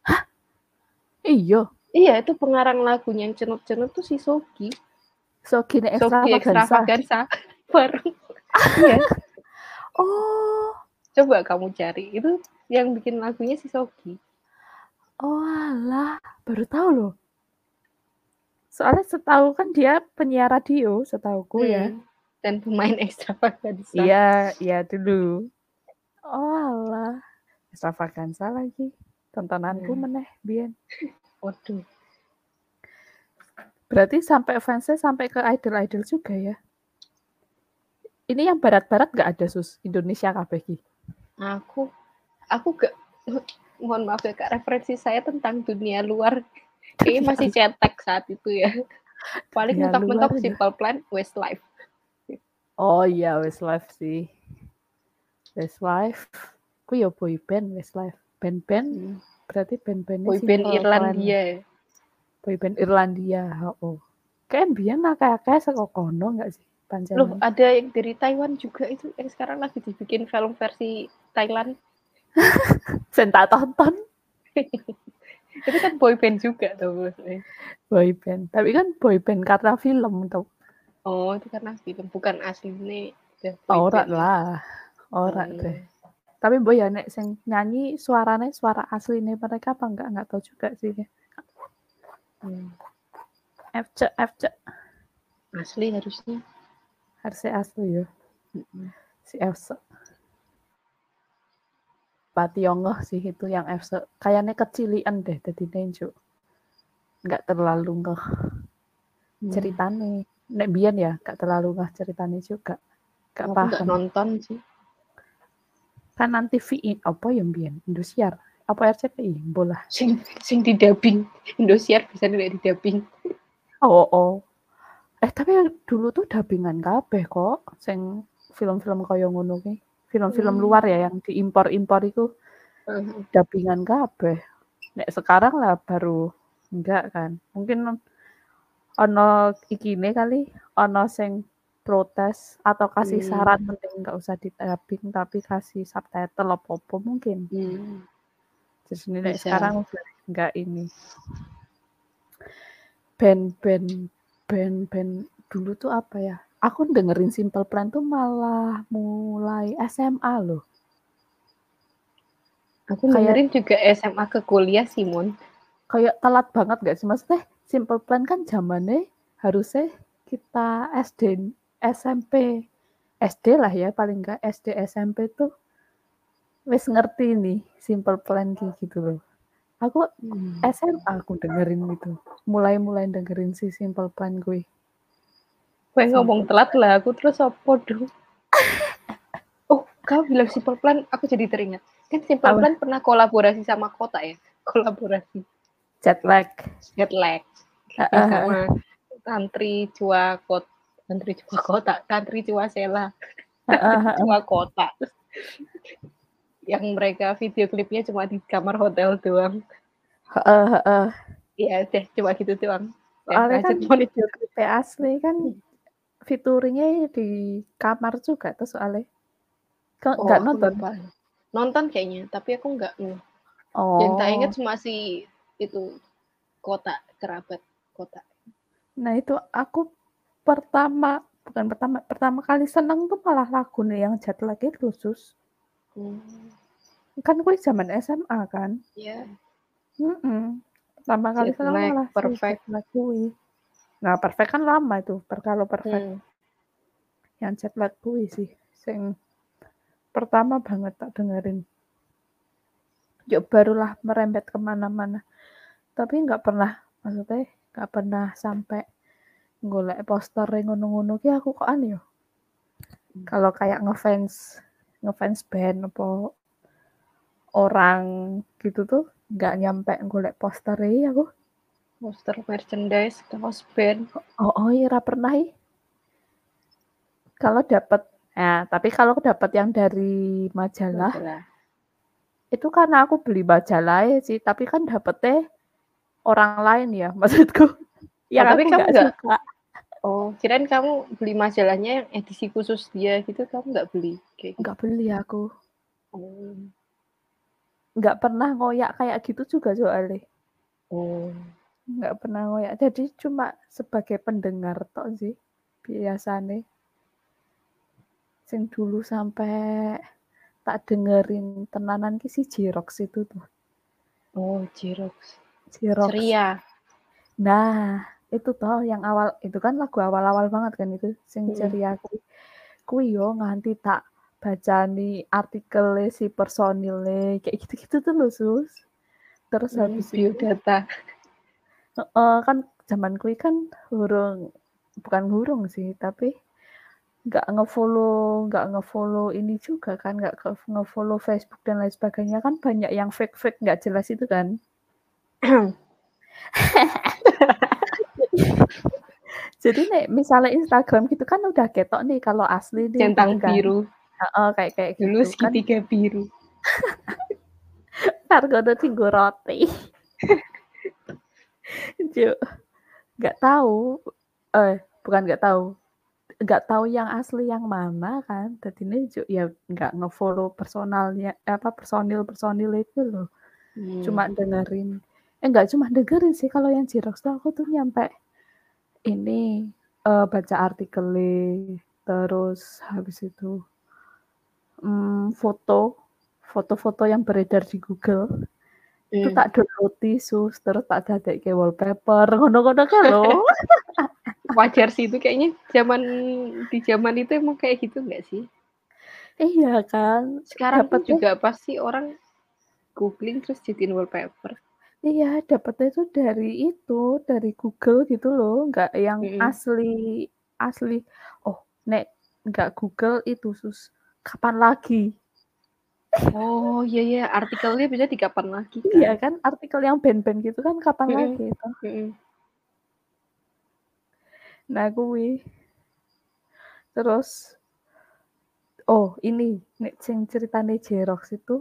[SPEAKER 1] Iya,
[SPEAKER 2] Iya, itu pengarang lagunya yang cenut-cenut tuh si Sogi.
[SPEAKER 1] so gini
[SPEAKER 2] Sogi
[SPEAKER 1] Extravaganza.
[SPEAKER 2] Extravaganza. Bareng. Iya.
[SPEAKER 1] Oh,
[SPEAKER 2] Coba kamu cari. Itu yang bikin lagunya si Sogi.
[SPEAKER 1] oh alah, baru tahu loh. Soalnya setahu kan dia penyiar radio, setahuku ya.
[SPEAKER 2] Dan pemain Extravaganza.
[SPEAKER 1] Iya, iya dulu. Oh alah, Extravaganza lagi. Tontonanku meneh, Bian.
[SPEAKER 2] Waduh.
[SPEAKER 1] Berarti sampai fansnya sampai ke idol-idol juga ya? Ini yang barat-barat nggak ada sus Indonesia kabeh ki.
[SPEAKER 2] Aku gak, mohon maaf ya Kak, referensi saya tentang dunia luar kayaknya masih cetek saat itu ya. Paling
[SPEAKER 1] Dunia luar
[SPEAKER 2] mentok-mentok
[SPEAKER 1] ya.
[SPEAKER 2] Simple Plan, Westlife.
[SPEAKER 1] Oh iya, Westlife sih. Westlife. Ku ya boy band Westlife. Band-band berarti band-bandnya
[SPEAKER 2] Boyband
[SPEAKER 1] Simple Plan.
[SPEAKER 2] Irlandia ya.
[SPEAKER 1] Boyband Irlandia. Oh. Kayak biyen akeh-akeh saka kono enggak sih?
[SPEAKER 2] Loh,
[SPEAKER 1] Panjangan.
[SPEAKER 2] ada yang dari Taiwan juga itu yang sekarang lagi dibikin film versi Thailand.
[SPEAKER 1] Sen tak tonton
[SPEAKER 2] Itu kan boyband juga tuh maksudnya.
[SPEAKER 1] boyband. Tapi kan boyband karena film tuh.
[SPEAKER 2] Oh, itu karena film, bukan aslinya ya,
[SPEAKER 1] Ora
[SPEAKER 2] boyband.
[SPEAKER 1] lah. Ora deh. Tapi boy ya nek sing nyanyi suaranya suara asline mereka apa enggak tahu juga sih. FC
[SPEAKER 2] Asli harusnya.
[SPEAKER 1] harusnya asli ya. Si FC. Pati Yongoh sih itu yang FC. Kayaknya kecilian deh tadi Nenjo. Enggak terlalu ngeh ceritane. Nek biyen ya enggak terlalu ngeh ceritane juga. Enggak
[SPEAKER 2] Aku nggak
[SPEAKER 1] paham.
[SPEAKER 2] nonton sih.
[SPEAKER 1] Kanan TV apa ya biyen? Indosiar. Apa RCTI? Bola.
[SPEAKER 2] Sing di dubbing. Indosiar bisa tidak di dubbing.
[SPEAKER 1] Oh. Tapi dulu tuh dubbingan kabeh kok. Sing film-film kaya ngono ki. Film-film luar ya yang diimpor-impor itu dubbingan kabeh. Nek sekarang lah baru enggak kan. Mungkin ono ikine kali, ono sing protes atau kasih saran mending enggak usah di-dubbing tapi kasih subtitle apa-apa mungkin. Terus nek sekarang udah enggak ini. Band dulu tuh apa ya? Aku dengerin Simple Plan tuh malah mulai SMA loh.
[SPEAKER 2] Aku dengerin juga SMA ke kuliah sih, Mon.
[SPEAKER 1] Kayak telat banget gak sih? Maksudnya Simple Plan kan zamannya harusnya kita SD, SMP, SD lah ya paling enggak SD SMP tuh wis ngerti nih Simple Plan gitu loh. Aku SMA aku dengerin gitu. Mulai dengerin si Simple Plan gue.
[SPEAKER 2] Gue ngomong telat lah, aku terus apa dong? Oh, kau bilang Simple Plan, aku jadi teringat. Kan Simple Plan pernah kolaborasi sama Kota ya? Kolaborasi.
[SPEAKER 1] Jetlag.
[SPEAKER 2] Sama Tantri Cua Kota, Tantri Cua Sela. Cua Kota. Yang mereka video klipnya cuma di kamar hotel doang. Iya deh, cuma gitu doang.
[SPEAKER 1] Soalnya kan video klipnya asli kan featuringnya di kamar juga tuh soalnya. Nggak nonton?
[SPEAKER 2] Nonton kayaknya, tapi aku nggak. Yang tak ingat cuma si itu Kota, kerabat Kota.
[SPEAKER 1] Nah itu aku pertama kali seneng tuh malah lagunya yang Jetlag itu sus. Kan gue zaman SMA kan.
[SPEAKER 2] Iya.
[SPEAKER 1] Pertama kali seneng malah
[SPEAKER 2] Perfect.
[SPEAKER 1] si Jetlag gue. Nah Perfect kan lama itu. Kalau Perfect. Yang Jetlag gue sih. Sing pertama banget tak dengerin. Yuk barulah merembet kemana-mana. Tapi nggak pernah, maksudnya nggak pernah sampai golek poster ngono-ngono ki aku kok aneh yo. Kalau kayak ngefans band apa orang gitu tuh nggak nyampe golek posternya aku.
[SPEAKER 2] Poster merchandise, kaos band.
[SPEAKER 1] Ira pernah kalau dapat tapi kalau dapat yang dari majalah
[SPEAKER 2] Majalah.
[SPEAKER 1] itu karena aku beli majalah sih, tapi kan dapetnya orang lain ya, maksudku yang
[SPEAKER 2] tapi
[SPEAKER 1] aku
[SPEAKER 2] kamu
[SPEAKER 1] nggak
[SPEAKER 2] nggak
[SPEAKER 1] suka.
[SPEAKER 2] kirain kamu beli majalahnya yang edisi khusus dia gitu, kamu nggak beli kayak gitu?
[SPEAKER 1] Nggak beli aku.
[SPEAKER 2] Oh.
[SPEAKER 1] Nggak pernah ngoyak kayak gitu juga soalnya.
[SPEAKER 2] Oh.
[SPEAKER 1] Nggak pernah ngoyak. Jadi cuma sebagai pendengar tok sih biasanya. Sing dulu sampai tak dengerin tenanan ki si Jirox itu tuh.
[SPEAKER 2] Oh, Jirox.
[SPEAKER 1] Jirox.
[SPEAKER 2] Ceria.
[SPEAKER 1] Nah, itu toh yang awal itu kan lagu awal-awal banget kan itu sing ceria kuwi yo nganti tak bacani artikelnya si personilnya kayak gitu-gitu tuh loh Sus. Terus habis itu
[SPEAKER 2] biodata.
[SPEAKER 1] Kan zaman kuwi kan bukan hurung sih, tapi nggak ngefollow ini juga kan, nggak ngefollow Facebook dan lain sebagainya kan banyak yang fake nggak jelas itu kan. Jadi nih misalnya Instagram gitu kan udah ketok nih kalau asli nih
[SPEAKER 2] Centang
[SPEAKER 1] gitu kan.
[SPEAKER 2] biru.
[SPEAKER 1] Kayak
[SPEAKER 2] Dulu
[SPEAKER 1] gitu kan.
[SPEAKER 2] segitiga biru.
[SPEAKER 1] Ntar gono tinggu roti. Nggak tahu. Bukan nggak tahu yang asli yang mana kan. Jadi ini ya nggak ngefollow personil itu loh. Cuma dengerin. Nggak cuma dengerin sih kalau yang Jirox tuh aku tuh nyampe ini baca artikelnya, terus habis itu foto-foto yang beredar di Google itu tak download Sus, terus tak dadekke wallpaper ngono-ngono kan lho.
[SPEAKER 2] Wajar sih itu kayaknya di zaman itu emang kayak gitu nggak sih?
[SPEAKER 1] Iya kan.
[SPEAKER 2] Sekarang pun juga pasti orang googling terus jadiin wallpaper.
[SPEAKER 1] Iya, dapetnya itu dari Google gitu loh, nggak yang asli. Oh, nek nggak Google itu Sus, kapan lagi?
[SPEAKER 2] Oh iya, artikelnya bisa di kapan lagi kan?
[SPEAKER 1] Iya kan, artikel yang band-band gitu kan kapan lagi itu. Nah kuwi. Terus, ini nek sing ceritane Jirox itu,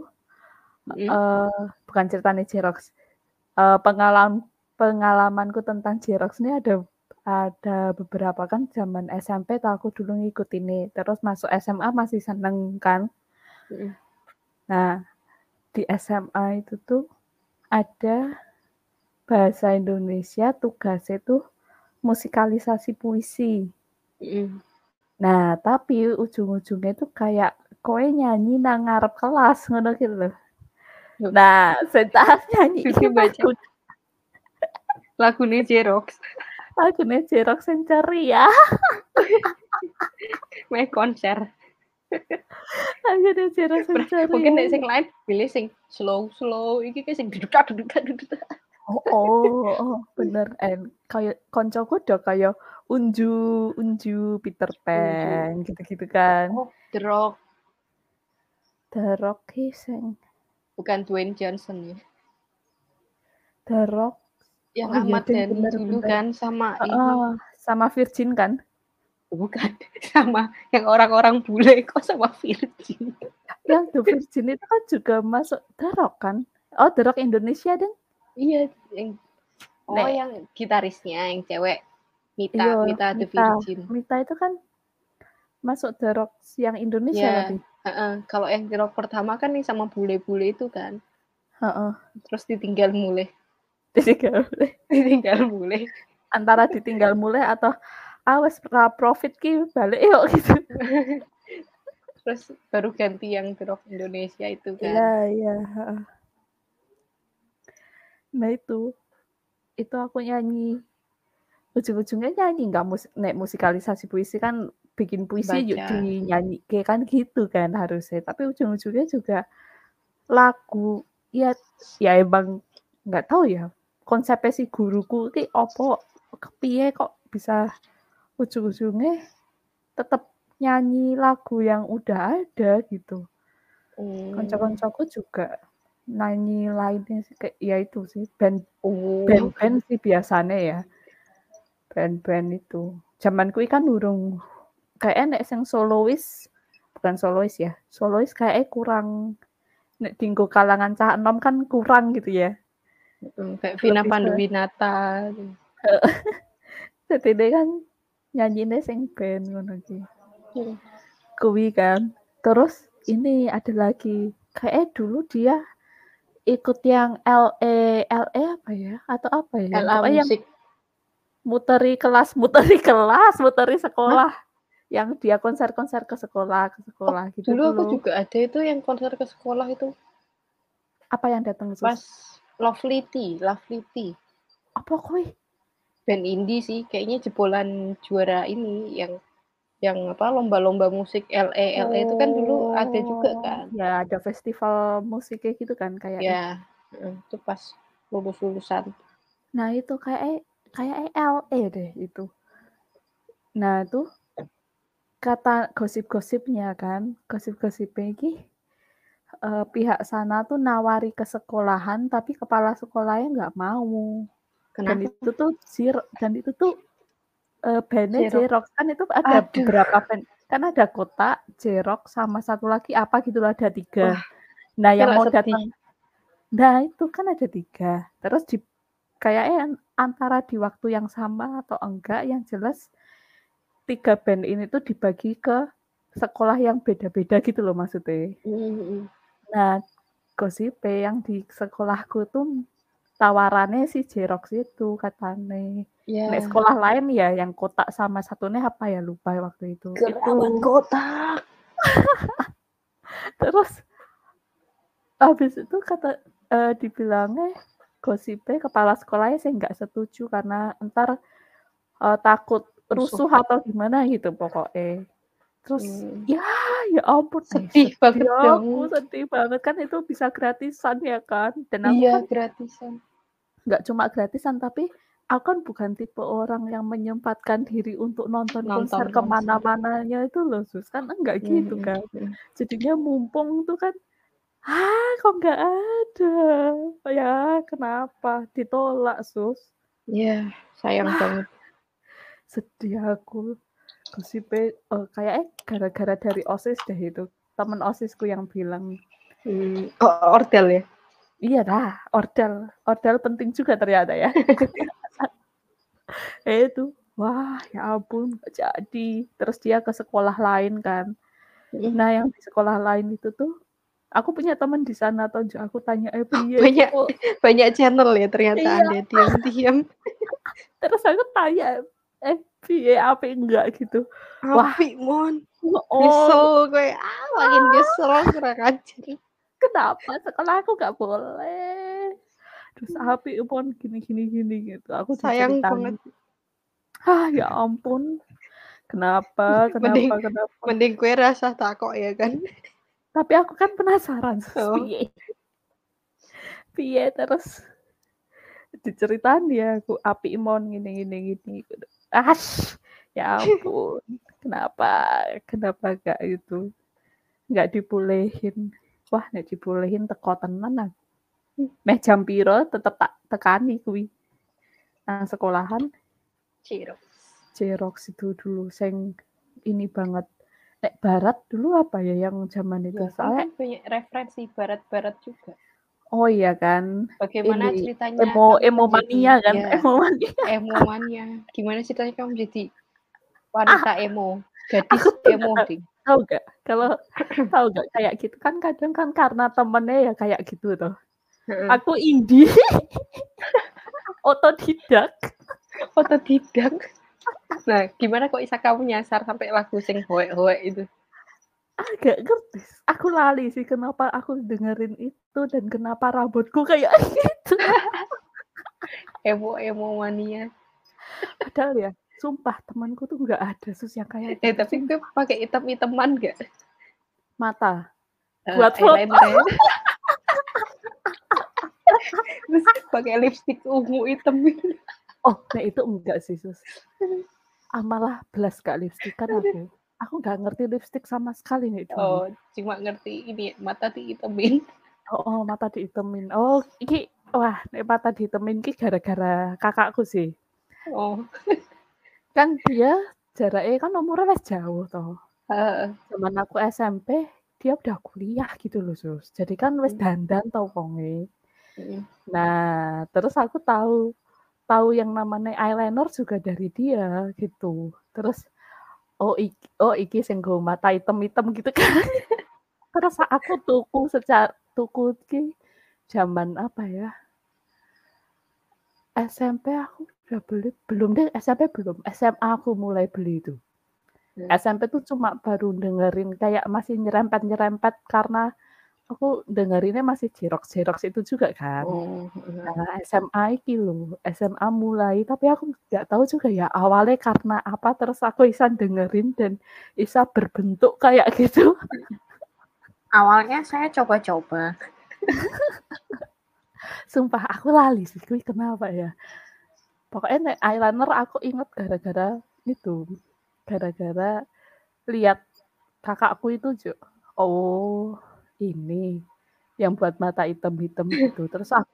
[SPEAKER 1] bukan ceritane Jirox, pengalamanku tentang Jirox ini ada beberapa kan zaman SMP tuh aku dulu ngikutin nih, terus masuk SMA masih seneng kan. Nah, di SMA itu tuh ada bahasa Indonesia tugasnya tuh musikalisasi puisi. Nah, tapi ujung-ujungnya itu kayak kowe nyanyi nang ngarep kelas ngono gitu loh. Nah, sing tak nyanyi iki
[SPEAKER 2] lagune Jirox.
[SPEAKER 1] Lagune Jirox sing ceria.
[SPEAKER 2] Meh konser.
[SPEAKER 1] Lagune Jirox sing ceria.
[SPEAKER 2] Mungkin nek sing lain pilih sing slow iki ki sing duduk.
[SPEAKER 1] Bener. Kayak koncoku udah kayak Unju Peter Pan gitu-gitu kan.
[SPEAKER 2] Oh, The Rock.
[SPEAKER 1] The Rock ki sing
[SPEAKER 2] Bukan Dwayne Johnson ya.
[SPEAKER 1] The Rock.
[SPEAKER 2] Yang
[SPEAKER 1] Iya
[SPEAKER 2] Ahmad
[SPEAKER 1] ding,
[SPEAKER 2] Dhani dulu kan sama ini.
[SPEAKER 1] Sama Virgin kan?
[SPEAKER 2] Bukan, sama yang orang-orang bule kok sama Virgin.
[SPEAKER 1] Yang The Virgin itu kan juga masuk The Rock kan? Oh, The Rock Indonesia deng?
[SPEAKER 2] Iya, yang gitarisnya yang cewek Mita The Virgin.
[SPEAKER 1] Mita itu kan masuk The Rock yang Indonesia tapi.
[SPEAKER 2] Kalau yang The Rock pertama kan nih sama bule-bule itu kan. Terus ditinggal mulai. Ditinggal mulai.
[SPEAKER 1] Antara ditinggal mulai atau wes profit ki balik yuk gitu.
[SPEAKER 2] Terus baru ganti yang The Rock Indonesia itu kan.
[SPEAKER 1] Iya. Nah itu aku nyanyi. Ujung-ujungnya nyanyi nggak musikalisasi puisi kan bikin puisi yuk dinyanyi kan gitu kan harusnya. Tapi ujung-ujungnya juga lagu ya emang nggak tahu ya konsepnya si guruku ki opo kepiye kok bisa ujung-ujungnya tetap nyanyi lagu yang udah ada gitu. Kanca-kancaku juga nyanyi lainnya sih kayak ya itu sih band
[SPEAKER 2] Oh.
[SPEAKER 1] band-band sih biasanya ya. Band-band itu. Zamanku kan durung kayak nek sing solois bukan solois ya. Solois kayaknya kurang nek dinggo kalangan cah enom kan kurang gitu ya.
[SPEAKER 2] Kayak Vina
[SPEAKER 1] Lebih ke
[SPEAKER 2] Panduwinata.
[SPEAKER 1] Dadi kan nyanyine sing band ngono ki.
[SPEAKER 2] Hmm.
[SPEAKER 1] Kuwi kan. Terus ini ada lagi kayaknya dulu dia ikut yang LE apa ya? Atau apa ya?
[SPEAKER 2] LA
[SPEAKER 1] Pokoknya yang
[SPEAKER 2] Musik.
[SPEAKER 1] muteri kelas, muteri
[SPEAKER 2] Hah?
[SPEAKER 1] sekolah. Yang dia konser-konser ke sekolah
[SPEAKER 2] Oh,
[SPEAKER 1] gitu
[SPEAKER 2] dulu aku
[SPEAKER 1] dulu.
[SPEAKER 2] juga ada itu yang konser ke sekolah itu.
[SPEAKER 1] Apa yang datang
[SPEAKER 2] Pas
[SPEAKER 1] Sus?
[SPEAKER 2] Lovely Tea.
[SPEAKER 1] Apa kuwi?
[SPEAKER 2] Band indie sih, kayaknya jebolan juara ini yang apa lomba-lomba musik LE itu kan dulu ada juga
[SPEAKER 1] Oh,
[SPEAKER 2] kan.
[SPEAKER 1] ya ada festival musiknya gitu kan kayaknya.
[SPEAKER 2] Ya, itu pas lulus-lulusan.
[SPEAKER 1] Nah itu kayak LE deh itu. Nah tuh kata gosip-gosipnya kan, gosip-gosipnya iki pihak sana tuh nawari ke sekolahan tapi kepala sekolahnya nggak mau. Dan
[SPEAKER 2] Kenapa?
[SPEAKER 1] itu tuh bandnya
[SPEAKER 2] Xerox.
[SPEAKER 1] Xerox kan itu ada
[SPEAKER 2] Aduh,
[SPEAKER 1] beberapa band kan ada Kotak, Xerox sama satu lagi apa gitu loh ada 3.
[SPEAKER 2] wah,
[SPEAKER 1] Nah yang
[SPEAKER 2] kela
[SPEAKER 1] mau
[SPEAKER 2] sedih.
[SPEAKER 1] datang, nah itu kan ada 3. Terus kayaknya antara di waktu yang sama atau enggak yang jelas 3 band ini tuh dibagi ke sekolah yang beda-beda gitu loh maksudnya.
[SPEAKER 2] Mhm.
[SPEAKER 1] Nah gosipnya yang di sekolahku tuh tawarannya si Xerox itu katanya. Nek
[SPEAKER 2] Ya,
[SPEAKER 1] sekolah lain ya yang Kotak sama satunya apa ya lupa waktu itu. Itu
[SPEAKER 2] Gerawan Kotak.
[SPEAKER 1] terus habis itu dibilangnya gosipnya kepala sekolahnya saya nggak setuju karena entar takut
[SPEAKER 2] Rusuh.
[SPEAKER 1] rusuh atau gimana gitu pokoknya. Terus
[SPEAKER 2] Hmm.
[SPEAKER 1] ya ampun,
[SPEAKER 2] Sedih
[SPEAKER 1] sedih
[SPEAKER 2] banget
[SPEAKER 1] aku,
[SPEAKER 2] dong.
[SPEAKER 1] sedih banget kan itu bisa gratisan ya kan. Dan aku
[SPEAKER 2] Iya,
[SPEAKER 1] kan
[SPEAKER 2] gratisan.
[SPEAKER 1] nggak cuma gratisan tapi aku kan bukan tipe orang yang menyempatkan diri untuk nonton
[SPEAKER 2] Nonton
[SPEAKER 1] konser
[SPEAKER 2] konser.
[SPEAKER 1] kemana-mananya itu loh Sus kan enggak gitu
[SPEAKER 2] Mhm.
[SPEAKER 1] kan. Jadinya mumpung tuh kan kok nggak ada? Ya, kenapa? Ditolak, Sus.
[SPEAKER 2] Iya, sayang
[SPEAKER 1] Wah,
[SPEAKER 2] banget.
[SPEAKER 1] sedih aku. Gosipnya kayaknya gara-gara dari OSIS deh itu. Temen OSISku yang bilang,
[SPEAKER 2] Oh, ordel ya?
[SPEAKER 1] iya dah, ordal. Ordal penting juga ternyata ya. Itu, wah ya ampun, nggak jadi. Terus dia ke sekolah lain kan.
[SPEAKER 2] Mhm.
[SPEAKER 1] Nah, yang di sekolah lain itu tuh, aku punya teman di sana tuh, aku tanya, piye iki
[SPEAKER 2] Banyak
[SPEAKER 1] kok
[SPEAKER 2] banyak channel ya ternyata
[SPEAKER 1] iya.
[SPEAKER 2] Anda diam-diam.
[SPEAKER 1] Terus aku tanya, piye apik enggak gitu. Wah,
[SPEAKER 2] Apik mon,
[SPEAKER 1] oh,
[SPEAKER 2] nyesel kowe, makin
[SPEAKER 1] ah,
[SPEAKER 2] nyesel kurang ajar.
[SPEAKER 1] kenapa sekolah aku nggak boleh? Terus apik pun gini gitu. Aku
[SPEAKER 2] Sayang banget.
[SPEAKER 1] diceritain. Ya ampun, kenapa
[SPEAKER 2] Mending
[SPEAKER 1] kenapa kenapa.
[SPEAKER 2] mending kowe rasa takok ya kan.
[SPEAKER 1] Tapi aku kan penasaran,
[SPEAKER 2] Oh,
[SPEAKER 1] piye piye terus diceritain ya aku apik mon gini. Ya ampun, kenapa kenapa nggak itu, nggak dibolehin. Wah, nek dibolehin teko tenan aku. Meh jam piro tetep tak tekani kuwi. Nang sekolahan
[SPEAKER 2] Ciro.
[SPEAKER 1] Xerox itu dulu sing ini banget. Nek barat dulu apa ya yang zaman itu?
[SPEAKER 2] Ya kan
[SPEAKER 1] Soalnya
[SPEAKER 2] kan banyak referensi barat-barat juga.
[SPEAKER 1] oh iya kan,
[SPEAKER 2] Bagaimana
[SPEAKER 1] ini
[SPEAKER 2] ceritanya
[SPEAKER 1] emo
[SPEAKER 2] kamu
[SPEAKER 1] emo
[SPEAKER 2] menjadi
[SPEAKER 1] mania kan,
[SPEAKER 2] ya
[SPEAKER 1] emo mania.
[SPEAKER 2] emo mania? Gimana ceritanya kamu menjadi
[SPEAKER 1] Ah,
[SPEAKER 2] wanita emo, gadis
[SPEAKER 1] aku tuh nggak
[SPEAKER 2] emo,
[SPEAKER 1] tahu
[SPEAKER 2] ding?
[SPEAKER 1] tahu nggak, kalau tahu nggak kayak gitu kan kadang kan karena temennya ya kayak gitu tuh.
[SPEAKER 2] Heeh.
[SPEAKER 1] Aku indie, otodidak.
[SPEAKER 2] Otodidak. Nah, gimana kok bisa kamu nyasar sampai lagu sing hoek-hoek itu?
[SPEAKER 1] Agak ngerti. Aku lali sih kenapa aku dengerin itu dan kenapa rambutku kayak gitu.
[SPEAKER 2] Emo-emo mania.
[SPEAKER 1] Padahal ya, sumpah temanku tuh nggak ada Sus yang kayak gitu,
[SPEAKER 2] Tapi gue
[SPEAKER 1] sumpah.
[SPEAKER 2] pakai item-iteman nggak?
[SPEAKER 1] Mata, buat foto.
[SPEAKER 2] Eyeliner ya. Terus pakai lipstick ungu hitam gitu.
[SPEAKER 1] Oh, nah itu enggak sih Sus. Malah belas gak lipstikan aku. Aku nggak ngerti lipstik sama sekali nih dulu.
[SPEAKER 2] Oh, cuma ngerti ini mata dihitamin.
[SPEAKER 1] Oh, mata diitemin. Oh, iki wah, nek mata diitemin iki gara-gara kakakku sih.
[SPEAKER 2] Oh.
[SPEAKER 1] Kan dia jarake kan umurnya wis jauh toh.
[SPEAKER 2] Heeh.
[SPEAKER 1] Zaman aku SMP, dia udah kuliah gitu loh, Sus. Jadi kan wis
[SPEAKER 2] Mhm.
[SPEAKER 1] dandan toh wonge.
[SPEAKER 2] Mhm.
[SPEAKER 1] Nah, terus aku tahu tahu yang namanya eyeliner juga dari dia gitu. Terus oh iki sing nggo mata item-item gitu kan. Terus aku tuku iki zaman apa ya? SMP aku udah beli belum deh, SMP belum, SMA aku mulai beli itu.
[SPEAKER 2] Mhm.
[SPEAKER 1] SMP tuh cuma baru dengerin kayak masih nyerempet-nyerempet karena aku dengerinnya masih Jerox itu juga kan.
[SPEAKER 2] Oh, heeh.
[SPEAKER 1] Nah, SMA iki lho, SMA mulai, tapi aku nggak tahu juga ya awalnya karena apa, terus aku bisa dengerin dan bisa berbentuk kayak gitu.
[SPEAKER 2] Awalnya saya coba-coba.
[SPEAKER 1] Sumpah aku lali sih, kuwi kenapa ya. Pokoknya nek eyeliner aku inget gara-gara itu, gara-gara lihat kakakku itu oh ini yang buat mata hitam-hitam gitu, terus aku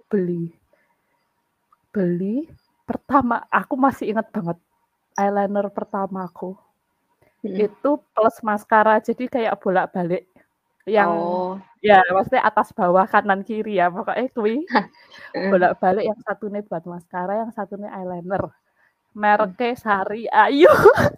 [SPEAKER 1] beli pertama aku masih inget banget eyeliner pertamaku.
[SPEAKER 2] Mhm.
[SPEAKER 1] Itu plus maskara, jadi kayak bolak-balik yang
[SPEAKER 2] Oh.
[SPEAKER 1] ya maksudnya atas bawah kanan kiri ya, pokoknya kuwi
[SPEAKER 2] Heeh.
[SPEAKER 1] bolak-balik yang satunya buat maskara, yang satunya eyeliner.
[SPEAKER 2] Mhm.
[SPEAKER 1] Mereknya Sari Ayu.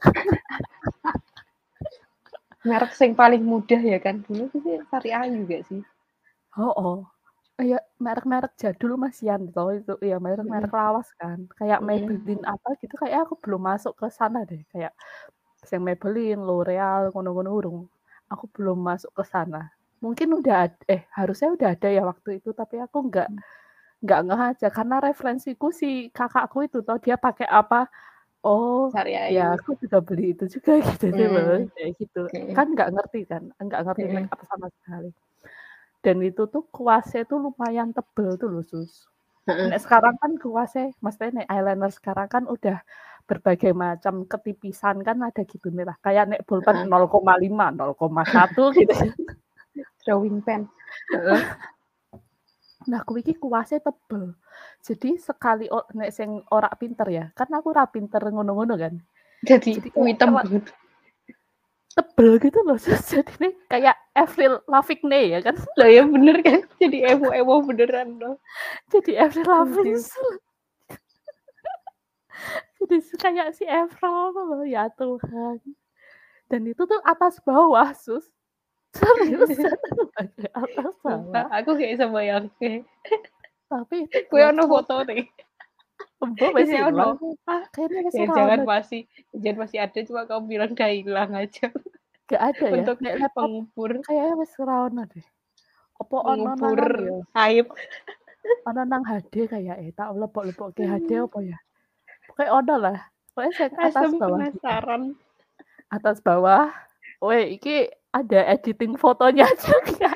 [SPEAKER 2] Merek sing paling mudah ya kan dulu sih Sari Ayu gak sih?
[SPEAKER 1] Heeh. Iya, merek-merek jadul masihan toh itu, ya
[SPEAKER 2] Mhm.
[SPEAKER 1] merek-merek lawas kan, kayak
[SPEAKER 2] Mhm.
[SPEAKER 1] Maybelline apa gitu kayaknya aku belum masuk ke sana deh, kayak sing Maybelline, L'Oreal, ngono-ngono urung. Aku belum masuk ke sana. Mungkin udah harusnya udah ada ya waktu itu, tapi aku nggak ngeh aja karena referensiku si kakakku itu toh dia pakai apa, oh
[SPEAKER 2] Sari
[SPEAKER 1] ya
[SPEAKER 2] Ayu.
[SPEAKER 1] aku juga beli itu juga gitu sih loh,
[SPEAKER 2] Mmm.
[SPEAKER 1] kayak gitu.
[SPEAKER 2] Mhm.
[SPEAKER 1] Kan nggak ngerti
[SPEAKER 2] Mhm.
[SPEAKER 1] make up sama sekali. Dan itu tuh kuasnya tuh lumayan tebel tuh loh, Sus.
[SPEAKER 2] Heeh.
[SPEAKER 1] Nek sekarang kan kuasnya maksudnya nek eyeliner sekarang kan udah berbagai macam ketipisan kan ada gitu nih lah, kayak nek bolpen
[SPEAKER 2] Heeh.
[SPEAKER 1] 0,5, 0,1 gitu.
[SPEAKER 2] Drawing pen. Heeh.
[SPEAKER 1] Nah kuwi iki kuasnya tebel. Jadi sekali nek sing ora pinter ya, kan aku ora pinter ngono-ngono kan.
[SPEAKER 2] Jadi
[SPEAKER 1] Jadi kayak
[SPEAKER 2] hitam banget.
[SPEAKER 1] tebel gitu loh, Sus. Jadinya kayak Avril Lavigne ya kan.
[SPEAKER 2] Lah ya bener kan, jadi emo-emo beneran loh.
[SPEAKER 1] Jadi Avril
[SPEAKER 2] Lucu.
[SPEAKER 1] Lavigne. Jadi kayak si Avril loh, ya Tuhan. Dan itu tuh atas bawah, Sus. Seriusan pakai atas
[SPEAKER 2] Sumpah
[SPEAKER 1] bawah.
[SPEAKER 2] aku gak iso bayangke.
[SPEAKER 1] Tapi itu
[SPEAKER 2] Kuwi
[SPEAKER 1] buat
[SPEAKER 2] ono
[SPEAKER 1] foto.
[SPEAKER 2] fotone.
[SPEAKER 1] Mbok wis
[SPEAKER 2] Isih ono.
[SPEAKER 1] ilang.
[SPEAKER 2] Ah,
[SPEAKER 1] Kayaknya wis
[SPEAKER 2] ya
[SPEAKER 1] ora
[SPEAKER 2] jangan
[SPEAKER 1] ono.
[SPEAKER 2] masih ada cuma kamu bilang udah hilang aja.
[SPEAKER 1] Gak ada ya.
[SPEAKER 2] Untuk
[SPEAKER 1] Nek laptop
[SPEAKER 2] mengubur
[SPEAKER 1] kayaknya wis ora ono deh. Apa ono nang
[SPEAKER 2] mengubur
[SPEAKER 1] anu ya?
[SPEAKER 2] aib.
[SPEAKER 1] Ono nang HD kayak tak lebok-lebokke HD apa ya? Pokoknya ono lah. Pokoknya sing atas
[SPEAKER 2] Asem
[SPEAKER 1] bawah gitu.
[SPEAKER 2] penasaran.
[SPEAKER 1] Atas bawah. Weh, iki ada editing fotonya juga.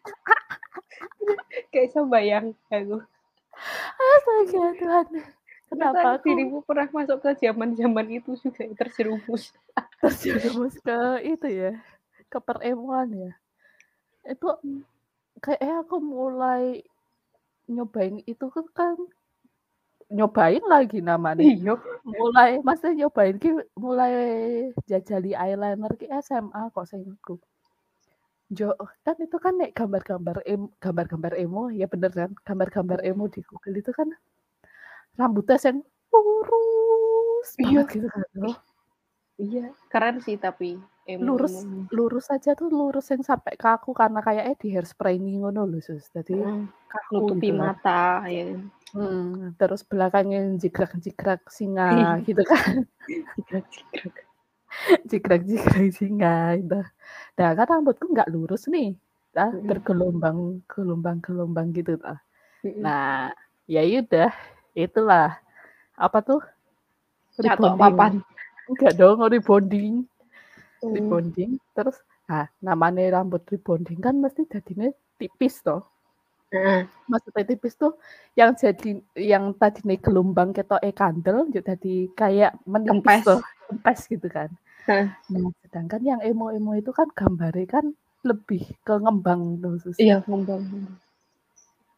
[SPEAKER 2] Gak iso bayang aku.
[SPEAKER 1] Astaga Tuhan.
[SPEAKER 2] Ternyata
[SPEAKER 1] Kenapa aku
[SPEAKER 2] dirimu pernah masuk ke zaman-zaman itu juga terjerumus.
[SPEAKER 1] terjerumus ke itu ya, ke peremoan ya. Itu kayaknya aku mulai nyobain itu kan nyobain lagi namanya.
[SPEAKER 2] Iya.
[SPEAKER 1] Maksudnya nyobain ki mulai jajali eyeliner ki SMA kok seingetku. Kan itu kan nek gambar-gambar emo ya bener kan, gambar-gambar emo di Google itu kan rambutnya yang lurus banget
[SPEAKER 2] Iya.
[SPEAKER 1] gitu kan loh.
[SPEAKER 2] Iya, keren sih tapi
[SPEAKER 1] Lurus
[SPEAKER 2] emo-emo.
[SPEAKER 1] lurus aja tuh lurus yang sampai kaku karena kayaknya di hairspray ngono lho, Sus. Dadi
[SPEAKER 2] Heeh.
[SPEAKER 1] kaku
[SPEAKER 2] Nutupi
[SPEAKER 1] gitu lah.
[SPEAKER 2] mata ya.
[SPEAKER 1] Terus belakangnya jigrak-jigrak singa
[SPEAKER 2] Iya,
[SPEAKER 1] gitu kan,
[SPEAKER 2] jigrak-jigrak.
[SPEAKER 1] jigrak-jigrak singa itu. Nah kan rambutku nggak lurus nih,
[SPEAKER 2] Heeh.
[SPEAKER 1] bergelombang-gelombang gitu tah.
[SPEAKER 2] Heeh.
[SPEAKER 1] Nah, ya udah, itulah apa tuh
[SPEAKER 2] Catok
[SPEAKER 1] rebonding.
[SPEAKER 2] papan.
[SPEAKER 1] Enggak dong, rebonding.
[SPEAKER 2] Hmm.
[SPEAKER 1] Rebonding terus namanya rambut rebonding kan mesti jadinya tipis toh.
[SPEAKER 2] Heeh.
[SPEAKER 1] Maksudnya tipis tuh yang tadinya gelombang ketoke kandel jadi kayak menipis
[SPEAKER 2] Kempes.
[SPEAKER 1] tuh, kempes gitu kan.
[SPEAKER 2] Heeh.
[SPEAKER 1] Nah, sedangkan yang emo-emo itu kan gambarnya kan lebih ke ngembang tuh, Sus.
[SPEAKER 2] Iya, ngembang.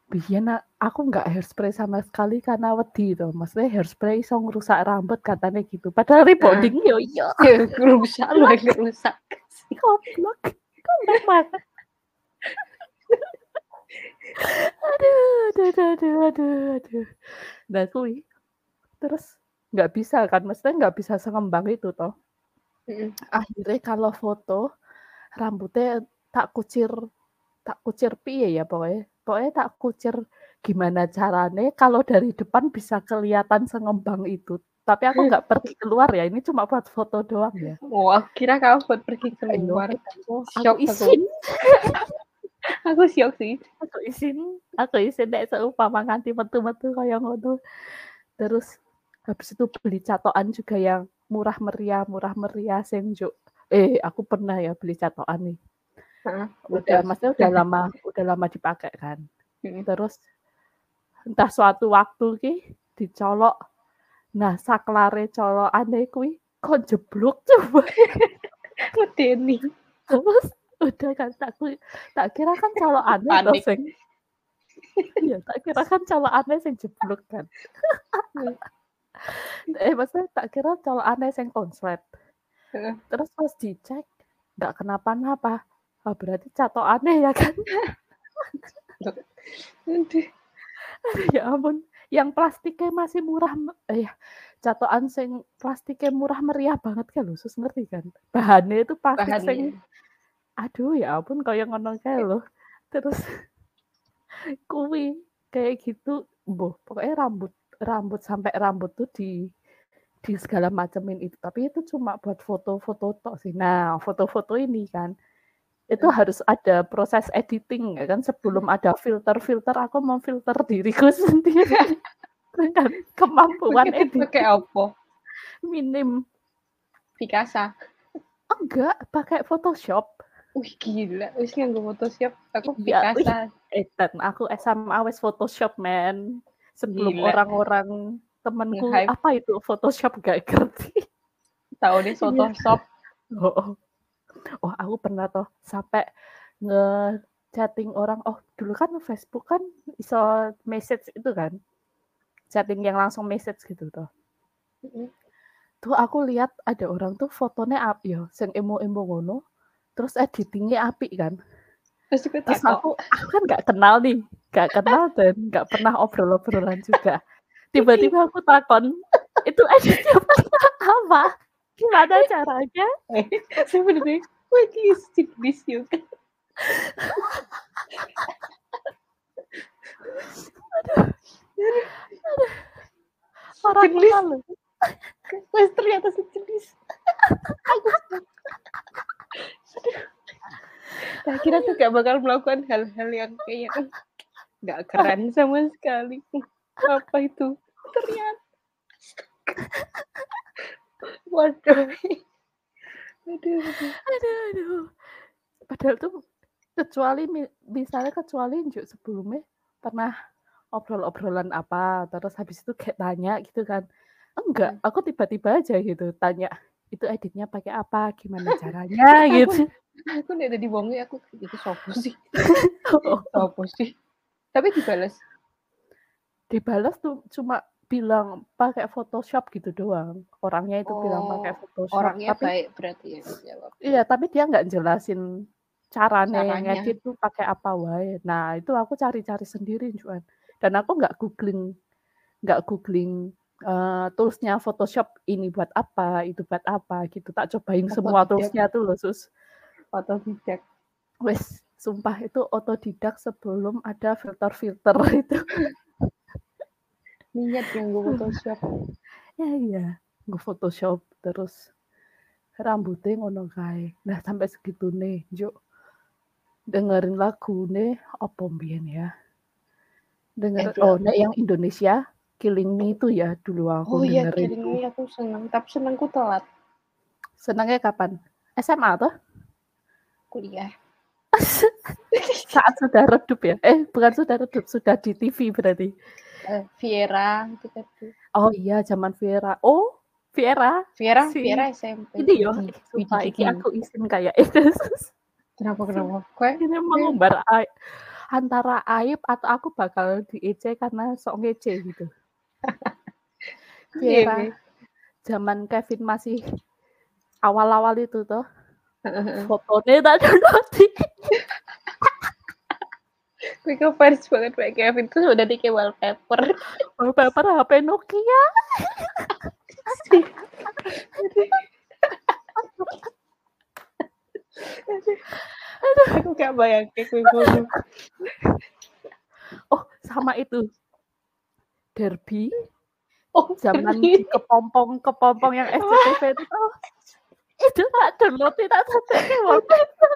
[SPEAKER 1] biyen aku nggak hairspray sama sekali karena wedi to. Maksudnya hairspray iso ngrusak rambut katanya gitu. Padahal rebonding yo iya.
[SPEAKER 2] Rusak lu yang rusak.
[SPEAKER 1] Goblok. Goblok banget. Aduh. Nah kuwi. Terus nggak bisa kan, maksudnya nggak bisa sengembang itu toh. Akhirnya kalau foto rambutnya tak kucir piye ya pokoknya tak kucir gimana caranya kalau dari depan bisa kelihatan sengembang itu. Tapi aku nggak pergi keluar ya, ini cuma buat foto doang ya.
[SPEAKER 2] Oh, aku kira kamu buat pergi keluar.
[SPEAKER 1] Aku izin.
[SPEAKER 2] Aku syok sih.
[SPEAKER 1] Aku izin nek seumpama nganti metu-metu kaya ngono. Terus habis itu beli catokan juga yang murah meriah sing aku pernah ya beli catokan nih. Maksudnya udah lama dipakai kan. Terus entah suatu waktu ki dicolok. Nah, saklare colokane kuwi kok jeblok coba.
[SPEAKER 2] Medeni.
[SPEAKER 1] Terus udah kan tak kira kan colokane to sing. Iya, tak kira kan colokane sing jeblok kan. Maksudnya tak kira colokane sing konslet. Terus pas dicek nggak kenapa-napa. Oh, berarti catokane ya kan. Ya ampun, yang plastiknya masih murah catokan sing plastiknya murah meriah banget kan lho, sus ngerti kan? Bahannya itu plastik sing aduh ya ampun kaya ngono kae lho. Terus kuwi kayak gitu, pokoknya rambut sampai rambut tuh di segala macemin itu. Tapi itu cuma buat foto-foto tok sih. Nah, foto-foto ini kan itu harus ada proses editing ya kan sebelum ada filter aku mau filter diriku sendiri dengan kemampuan editing
[SPEAKER 2] pakai apa?
[SPEAKER 1] Minim.
[SPEAKER 2] Picasa?
[SPEAKER 1] Enggak, pakai Photoshop.
[SPEAKER 2] Wih gila, wis nganggo Photoshop. Aku Picasa.
[SPEAKER 1] Dan aku SMA wis Photoshop man. Sebelum orang-orang temanku apa itu Photoshop gak ngerti.
[SPEAKER 2] Tahu deh Photoshop.
[SPEAKER 1] Oh, aku pernah toh sampai nge-chatting orang. Oh, dulu kan Facebook kan iso message itu kan. Chatting yang langsung message gitu toh. Tuh aku lihat ada orang tuh fotonya ya sing emo-emo ngono. Terus editingnya apik kan. Terus aku kan nggak kenal nih. Nggak kenal dan nggak pernah obrol-obrolan juga. Tiba-tiba aku takon, itu editnya apa? Gimana caranya?
[SPEAKER 2] Sebenarnya gue jenis juga.
[SPEAKER 1] Orang kenal loh.
[SPEAKER 2] Wes ternyata sejenis. Saya kira tuh gak bakal melakukan hal-hal yang kayak gak keren sama sekali. Apa itu? Ternyata. Waduh.
[SPEAKER 1] Aduh. Padahal tuh kecuali sebelumnya pernah obrol-obrolan apa, terus habis itu kayak tanya gitu kan. Enggak, aku tiba-tiba aja gitu tanya, itu editnya pakai apa, gimana caranya gitu.
[SPEAKER 2] Aku udah dibohongi, aku itu sopo sih. Sopo sih. Tapi
[SPEAKER 1] dibalas tuh cuma bilang pakai Photoshop gitu doang. Orangnya itu bilang pakai Photoshop.
[SPEAKER 2] Orangnya tapi, baik berarti ya jawab.
[SPEAKER 1] Iya, tapi dia nggak jelasin caranya ngedit tuh pakai apa wae. Nah, itu aku cari-cari sendiri cuman. Dan aku nggak googling toolsnya Photoshop ini buat apa, itu buat apa gitu. Tak cobain semua toolsnya tuh loh, sus.
[SPEAKER 2] Otodidak.
[SPEAKER 1] Wes, sumpah itu otodidak sebelum ada filter-filter itu.
[SPEAKER 2] Niat yang gue Photoshop.
[SPEAKER 1] Iya, gue Photoshop terus rambutnya ngono kae. Nah, sampai segitu nih, Jo. Dengerin lagu nih apa mbiyen ya? Nek yang Indonesia Killing Me itu ya dulu aku dengerin.
[SPEAKER 2] Oh iya, Killing Me aku seneng, tapi senengku telat.
[SPEAKER 1] Senengnya kapan? SMA toh?
[SPEAKER 2] Kuliah.
[SPEAKER 1] Saat sudah redup ya? Bukan sudah redup, sudah di TV berarti.
[SPEAKER 2] Viera itu kan.
[SPEAKER 1] Oh iya, zaman Viera. Oh, Viera
[SPEAKER 2] SMP.
[SPEAKER 1] Ini yo, sumpah iki aku isin kayak itu.
[SPEAKER 2] Kenapa?
[SPEAKER 1] Ini mengumbar aib. antara aib atau aku bakal diejek karena sok ngece gitu. Kira
[SPEAKER 2] Piye?
[SPEAKER 1] zaman Kevin masih awal-awal itu toh, fotone tak download.
[SPEAKER 2] Kowe ngefans banget kayak Kevin terus udah di wallpaper.
[SPEAKER 1] Wallpaper HP Nokia.
[SPEAKER 2] Aku gak bayangke kowe ngono.
[SPEAKER 1] Oh, sama itu. Derby.
[SPEAKER 2] Oh,
[SPEAKER 1] Zaman di kepompong yang SCTV itu tuh. Itu tak download-in tak setelke wallpaper.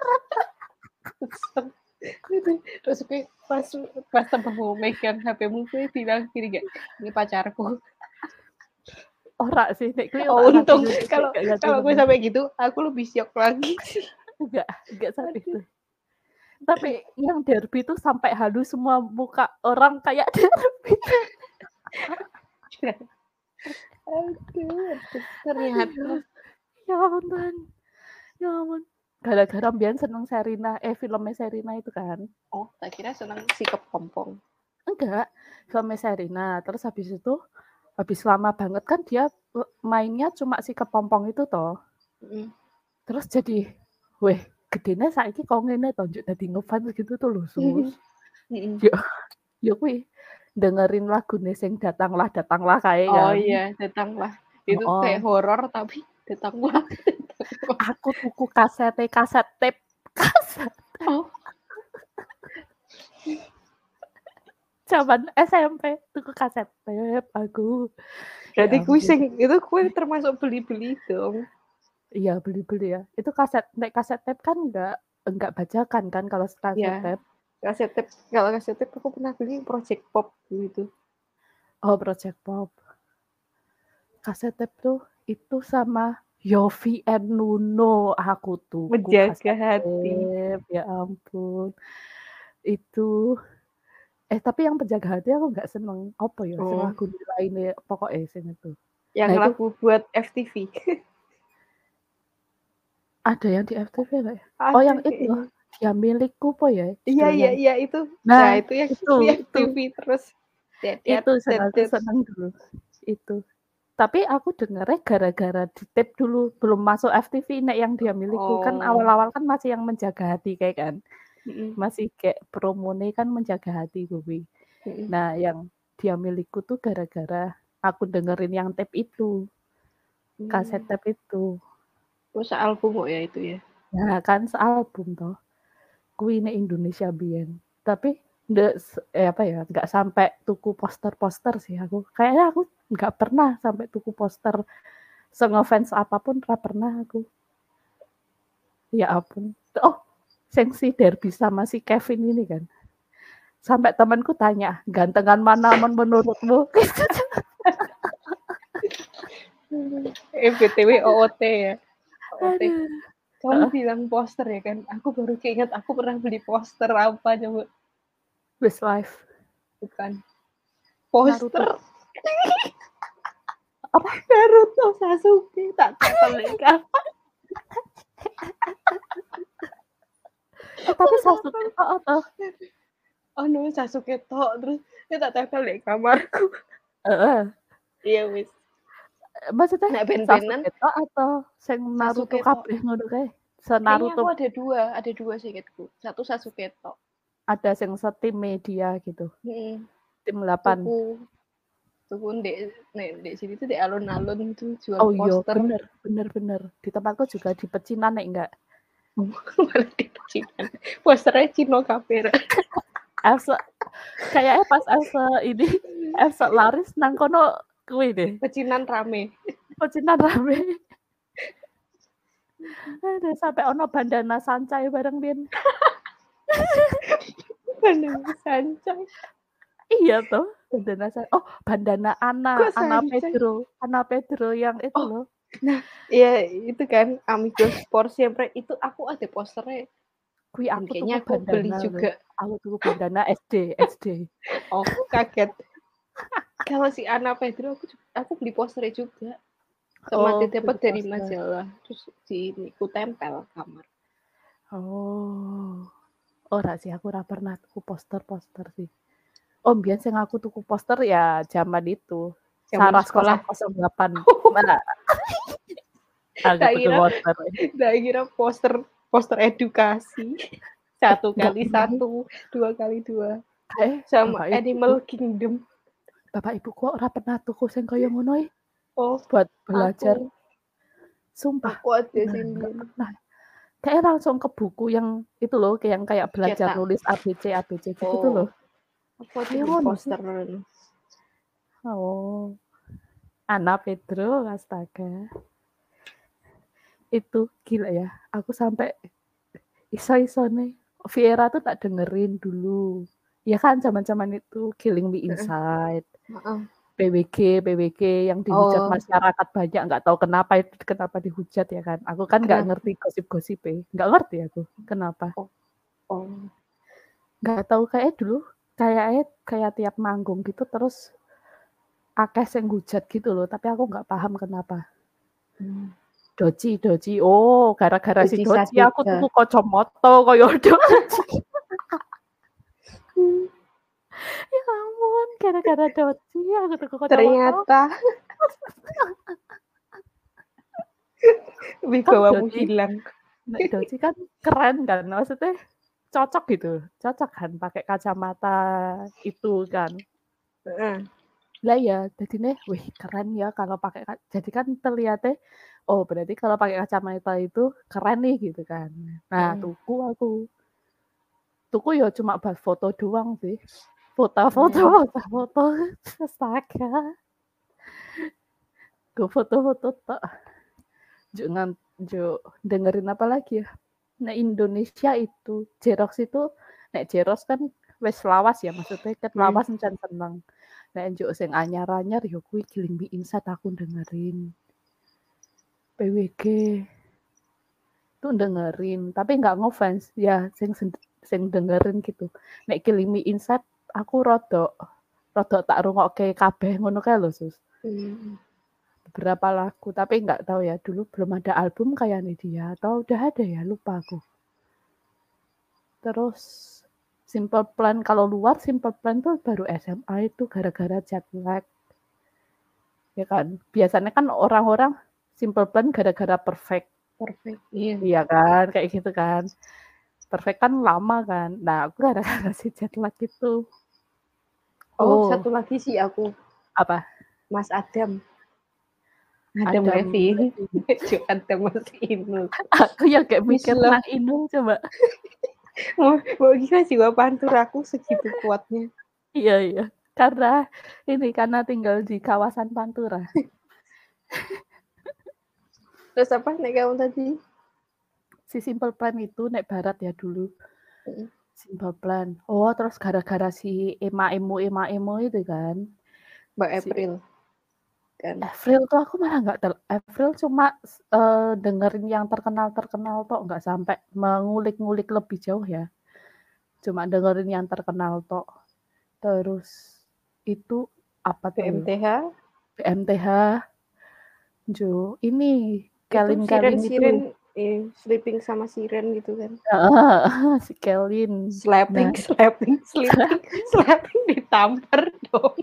[SPEAKER 2] Terus kowe pas tempatmu megang HP-mu kowe bilang gini gak, "Ini pacarku."
[SPEAKER 1] Ora sih, nek kuwi
[SPEAKER 2] Oh,
[SPEAKER 1] tak ganti
[SPEAKER 2] untung
[SPEAKER 1] nomor,
[SPEAKER 2] kalau
[SPEAKER 1] gak ganti
[SPEAKER 2] kalau gue
[SPEAKER 1] nomor.
[SPEAKER 2] sampai gitu, aku lebih syok lagi.
[SPEAKER 1] Enggak sampai itu. Tapi yang Derby itu sampai halus semua muka orang kayak Derby.
[SPEAKER 2] Aduh, ternyata.
[SPEAKER 1] Ya ampun. Ya ampun. Gara-gara mbiyen seneng Sherina, filmnya Sherina itu kan.
[SPEAKER 2] Oh, tak kira seneng si kepompong.
[SPEAKER 1] Enggak, filmnya Sherina. Terus habis lama banget kan dia mainnya cuma si kepompong itu toh. Terus jadi, weh, gedene saiki kok ngene to, njuk dadi ngefans gitu tuh lho, Sus. Ya kuwi dengerin lagune sing datanglah kae
[SPEAKER 2] Oh
[SPEAKER 1] kan.
[SPEAKER 2] iya, datanglah. Itu
[SPEAKER 1] Heeh.
[SPEAKER 2] kayak horor tapi datanglah.
[SPEAKER 1] Aku tuku kaset tape. Kaset.
[SPEAKER 2] Oh.
[SPEAKER 1] Zaman SMP tuku kaset tape aku.
[SPEAKER 2] Berarti
[SPEAKER 1] Ya
[SPEAKER 2] kuwi
[SPEAKER 1] ampun.
[SPEAKER 2] sing itu kuwi termasuk beli-beli dong.
[SPEAKER 1] Iya, beli-beli ya. Itu kaset tape kan enggak bajakan kan kalau kaset
[SPEAKER 2] Ya,
[SPEAKER 1] tape.
[SPEAKER 2] kaset tape. Kalau kaset tape aku pernah beli Project Pop gitu.
[SPEAKER 1] Oh, Project Pop. Kaset tape tuh itu sama Yovie and Nuno aku tuku
[SPEAKER 2] Menjaga
[SPEAKER 1] kaset
[SPEAKER 2] hati.
[SPEAKER 1] tape. Ya ampun. Itu tapi yang penjaga hati aku nggak seneng. Apa ya? Sing
[SPEAKER 2] Oh,
[SPEAKER 1] lagu lainnya pokoknya sing itu.
[SPEAKER 2] yang
[SPEAKER 1] Nah itu
[SPEAKER 2] lagu buat FTV.
[SPEAKER 1] ada yang di FTV nggak ya? Oh
[SPEAKER 2] Ada
[SPEAKER 1] yang itu loh,
[SPEAKER 2] kayaknya.
[SPEAKER 1] Dia Milikku apa ya judulnya?
[SPEAKER 2] Iya itu.
[SPEAKER 1] Nah
[SPEAKER 2] Nah, itu yang
[SPEAKER 1] itu
[SPEAKER 2] di
[SPEAKER 1] itu
[SPEAKER 2] FTV terus.
[SPEAKER 1] itu yang aku seneng dulu. Itu. Tapi aku dengernya gara-gara di tape dulu, belum masuk FTV nek yang Dia Milikku. Kan
[SPEAKER 2] Oh.
[SPEAKER 1] awal-awal kan masih yang Menjaga Hati kayak kan.
[SPEAKER 2] Mm-mm.
[SPEAKER 1] Masih kayak promone kan Menjaga Hati kuwi.
[SPEAKER 2] Mm-mm.
[SPEAKER 1] Nah, yang Dia Milikku tuh gara-gara aku dengerin yang tape itu, kaset tape itu.
[SPEAKER 2] Oh, sealbum kok ya itu ya.
[SPEAKER 1] Nah, kan sealbum toh. Kuwi nek Indonesia biyen. Tapi apa ya, nggak sampai tuku poster-poster sih aku. Kayaknya aku nggak pernah sampai tuku poster se-ngefans apapun ora pernah aku. Ya ampun. Oh, sing si Derby sama si Kevin ini kan. Sampai temanku tanya, gantengan mana menurutmu?
[SPEAKER 2] BTW OOT ya. OOT.
[SPEAKER 1] Aduh.
[SPEAKER 2] Kamu bilang poster ya kan? Aku baru keinget aku pernah beli poster apa coba?
[SPEAKER 1] Westlife.
[SPEAKER 2] Bukan. Poster
[SPEAKER 1] Naruto. Apa?
[SPEAKER 2] Naruto Sasuke tak tempel kan.
[SPEAKER 1] Tapi Sasuke kok apa?
[SPEAKER 2] Oh no, Sasuke tok terus dia tak tempel di kamarku.
[SPEAKER 1] Heeh.
[SPEAKER 2] Iya wis.
[SPEAKER 1] Maksudnya
[SPEAKER 2] Nek ben-benan
[SPEAKER 1] Sasuke tok atau sing Naruto
[SPEAKER 2] Sasuke tok.
[SPEAKER 1] kabeh ngono kae?
[SPEAKER 2] Kayaknya
[SPEAKER 1] Se-Naruto
[SPEAKER 2] aku ada dua sih ingetku. Satu Sasuke tok.
[SPEAKER 1] ada sing setim media gitu. Tim 8.
[SPEAKER 2] Tuku ndek sini tuh di alun-alun tuh jual
[SPEAKER 1] Oh iya,
[SPEAKER 2] poster.
[SPEAKER 1] bener. Di tempatku juga di pecinan nek enggak.
[SPEAKER 2] Malah di pecinan. Posternya Cino kabeh.
[SPEAKER 1] Elsa kayaknya pas Elsa ini Elsa laris nang kono kuwi deh.
[SPEAKER 2] Pecinan rame.
[SPEAKER 1] Pecinan rame. Aduh, sampai ono bandana sancai bareng Bin.
[SPEAKER 2] Bandana sancai.
[SPEAKER 1] Iya toh, bandana oh, bandana Ana Pedro yang itu
[SPEAKER 2] Oh,
[SPEAKER 1] loh.
[SPEAKER 2] nah, ya itu kan Amigos por Siempre itu aku ada posternya.
[SPEAKER 1] Kuwi
[SPEAKER 2] Dan
[SPEAKER 1] aku tuku
[SPEAKER 2] kayaknya aku beli
[SPEAKER 1] bandana loh.
[SPEAKER 2] juga.
[SPEAKER 1] Aku tuku bandana SD.
[SPEAKER 2] Oh, kaget. Kalau si Ana Pedro aku beli posternya juga. Sama
[SPEAKER 1] Oh,
[SPEAKER 2] dapat
[SPEAKER 1] beli
[SPEAKER 2] dari
[SPEAKER 1] poster.
[SPEAKER 2] majalah. Terus aku tempel kamar.
[SPEAKER 1] Oh. Ora sih, aku ora pernah tuku poster-poster sih. Oh, mbiyen sing aku tuku poster ya zaman itu,
[SPEAKER 2] Zaman
[SPEAKER 1] Saras
[SPEAKER 2] sekolah.
[SPEAKER 1] 008. Nah, aku
[SPEAKER 2] Tak
[SPEAKER 1] tuku
[SPEAKER 2] kira
[SPEAKER 1] poster.
[SPEAKER 2] tak kira poster edukasi. 1
[SPEAKER 1] Enggak
[SPEAKER 2] kali
[SPEAKER 1] pernah.
[SPEAKER 2] 1, 2 kali 2. Sama
[SPEAKER 1] Bapak ibuku
[SPEAKER 2] Animal Kingdom.
[SPEAKER 1] bapak ibuku ora pernah tuku sing kaya ngono
[SPEAKER 2] Oh,
[SPEAKER 1] buat belajar.
[SPEAKER 2] aku
[SPEAKER 1] Sumpah,
[SPEAKER 2] ada sih
[SPEAKER 1] enggak
[SPEAKER 2] mbiyen.
[SPEAKER 1] pernah. Kayak langsung ke buku yang itu loh, yang kayak belajar
[SPEAKER 2] Cetak.
[SPEAKER 1] nulis ABC ABC gitu tuh
[SPEAKER 2] Oh,
[SPEAKER 1] loh.
[SPEAKER 2] aku
[SPEAKER 1] Kayak
[SPEAKER 2] tuku
[SPEAKER 1] ngono sih.
[SPEAKER 2] poster.
[SPEAKER 1] Oh, Ana Pedro, astaga. Itu gila ya. Aku sampai iso-isone Viera tuh tak dengerin dulu. Ya kan zaman-zaman itu Killing Me
[SPEAKER 2] Heeh.
[SPEAKER 1] Inside,
[SPEAKER 2] Heeh.
[SPEAKER 1] PWG yang dihujat
[SPEAKER 2] Oh,
[SPEAKER 1] masyarakat banyak, nggak tahu kenapa dihujat ya kan. Aku kan nggak
[SPEAKER 2] kenapa?
[SPEAKER 1] ngerti gosip-gosip nggak ngerti aku kenapa.
[SPEAKER 2] Oh, oh.
[SPEAKER 1] Nggak tahu kayak dulu kayak tiap manggung gitu terus akeh sing hujat gitu loh, tapi aku nggak paham kenapa. Doji. Oh, gara-gara si
[SPEAKER 2] Doji
[SPEAKER 1] Doji aku
[SPEAKER 2] Sadika.
[SPEAKER 1] tuku kacamata kaya Doji. Ya ampun, gara-gara Doji aku tuku kacamata.
[SPEAKER 2] Ternyata
[SPEAKER 1] Kan
[SPEAKER 2] wibawamu
[SPEAKER 1] Doji,
[SPEAKER 2] hilang.
[SPEAKER 1] nek Doji kan keren kan, maksudnya cocok gitu, cocok kan pakai kacamata itu kan.
[SPEAKER 2] Heeh.
[SPEAKER 1] Lah ya, jadinya, wih keren ya kalau pakai jadi kan terlihatnya, oh berarti kalau pakai kacamata itu keren nih gitu kan. Nah,
[SPEAKER 2] Heeh.
[SPEAKER 1] tuku ya cuma buat foto doang sih. Foto-foto,
[SPEAKER 2] Heeh.
[SPEAKER 1] foto-foto, astaga. Gue foto-foto tok. Jangan dengerin apa lagi ya. Nah Indonesia itu, Jerox itu, nek Jerox kan wis lawas ya, maksudnya kan lawas encan seneng. Nek njuk sing anyar-anyar ya kuwi Killing Me Inside aku dengerin. PWG itu dengerin, tapi nggak ngefans ya sing dengerin gitu. Nek Killing Me Inside aku rodok tak rungokke kabeh ngono kae lho, Sus. Beberapa lagu, tapi nggak tahu ya, dulu belum ada album kayaknya dia, atau udah ada ya, lupa aku. Terus Simple Plan, kalau luar Simple Plan tuh baru SMA itu gara-gara jet lag. Ya kan, biasanya kan orang-orang Simple Plan gara-gara Perfect.
[SPEAKER 2] Perfect. Iya.
[SPEAKER 1] Iya kan, kayak gitu kan. Perfect kan lama kan. Nah, aku gara-gara si jet lag itu.
[SPEAKER 2] Oh,
[SPEAKER 1] Oh,
[SPEAKER 2] satu lagi sih aku.
[SPEAKER 1] apa?
[SPEAKER 2] Mas Adam. Adam
[SPEAKER 1] Adam
[SPEAKER 2] Levine.
[SPEAKER 1] Levine.
[SPEAKER 2] Adam Mas Inul.
[SPEAKER 1] Aku yang kayak
[SPEAKER 2] Miss
[SPEAKER 1] mikir
[SPEAKER 2] Love.
[SPEAKER 1] nak Inul coba.
[SPEAKER 2] Mau gila jiwa pantur aku segitu kuatnya.
[SPEAKER 1] Iya. Karena tinggal di kawasan Pantura.
[SPEAKER 2] Terus apa nek kamu tadi?
[SPEAKER 1] Si Simple Plan itu naik barat ya dulu. Simple Plan. Oh, terus gara-gara si Ema Emo itu kan.
[SPEAKER 2] Mbak
[SPEAKER 1] Si
[SPEAKER 2] April. Kan.
[SPEAKER 1] Avril tuh aku malah nggak Avril cuma dengerin yang terkenal tok, nggak sampai mengulik-ngulik lebih jauh ya. Cuma dengerin yang terkenal tok. Terus itu apa tuh?
[SPEAKER 2] BMTH.
[SPEAKER 1] BMTH, Jo, ini
[SPEAKER 2] Itu
[SPEAKER 1] Kelin itu.
[SPEAKER 2] siren-siren sleeping sama siren gitu kan.
[SPEAKER 1] Si Kelin. Nah,
[SPEAKER 2] Sleeping ditampar dong.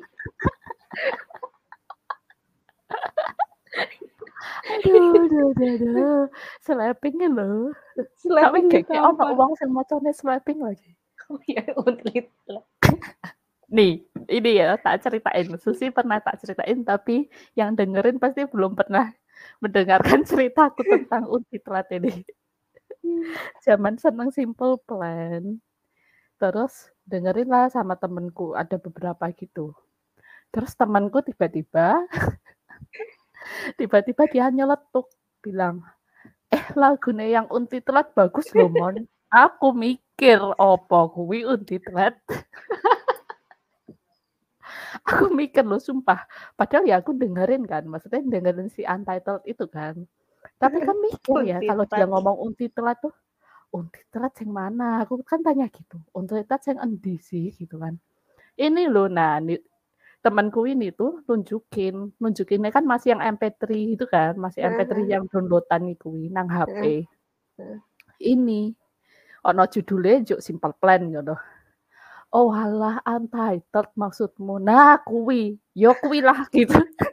[SPEAKER 1] aduh. Slapping loh. Tapi
[SPEAKER 2] Sleeping
[SPEAKER 1] kayak ono
[SPEAKER 2] ditampar.
[SPEAKER 1] uang sing macane slapping lagi.
[SPEAKER 2] Oh ya, utlit lah.
[SPEAKER 1] Nih, ini ya tak ceritain. Susi pernah tak ceritain, tapi yang dengerin pasti belum pernah mendengarkan ceritaku tentang Untitlat ini. Zaman seneng Simple Plan. Terus dengerin lah sama temenku, ada beberapa gitu. Terus temanku tiba-tiba dia nyeletuk, bilang, lagunya yang Untitlat bagus loh, Mon. Aku mikir, opo kuwi Untitlat. Aku mikir loh, sumpah. Padahal ya aku dengerin kan, maksudnya dengerin si Untitled itu kan. Tapi kan mikir ya, kalau dia ngomong Untitlat tuh, Untitlat yang mana? Aku kan tanya gitu, Untitlat yang endi sih gitu kan. Ini loh, nah temanku ini tuh nunjukinnya kan masih yang MP3 itu kan, masih MP3 yang downloadan itu nang HP. Ini Ono judule njuk Simple Plan ngono. Oh alah Untitled maksudmu. Nah kuwi, yo kuwi lah gitu.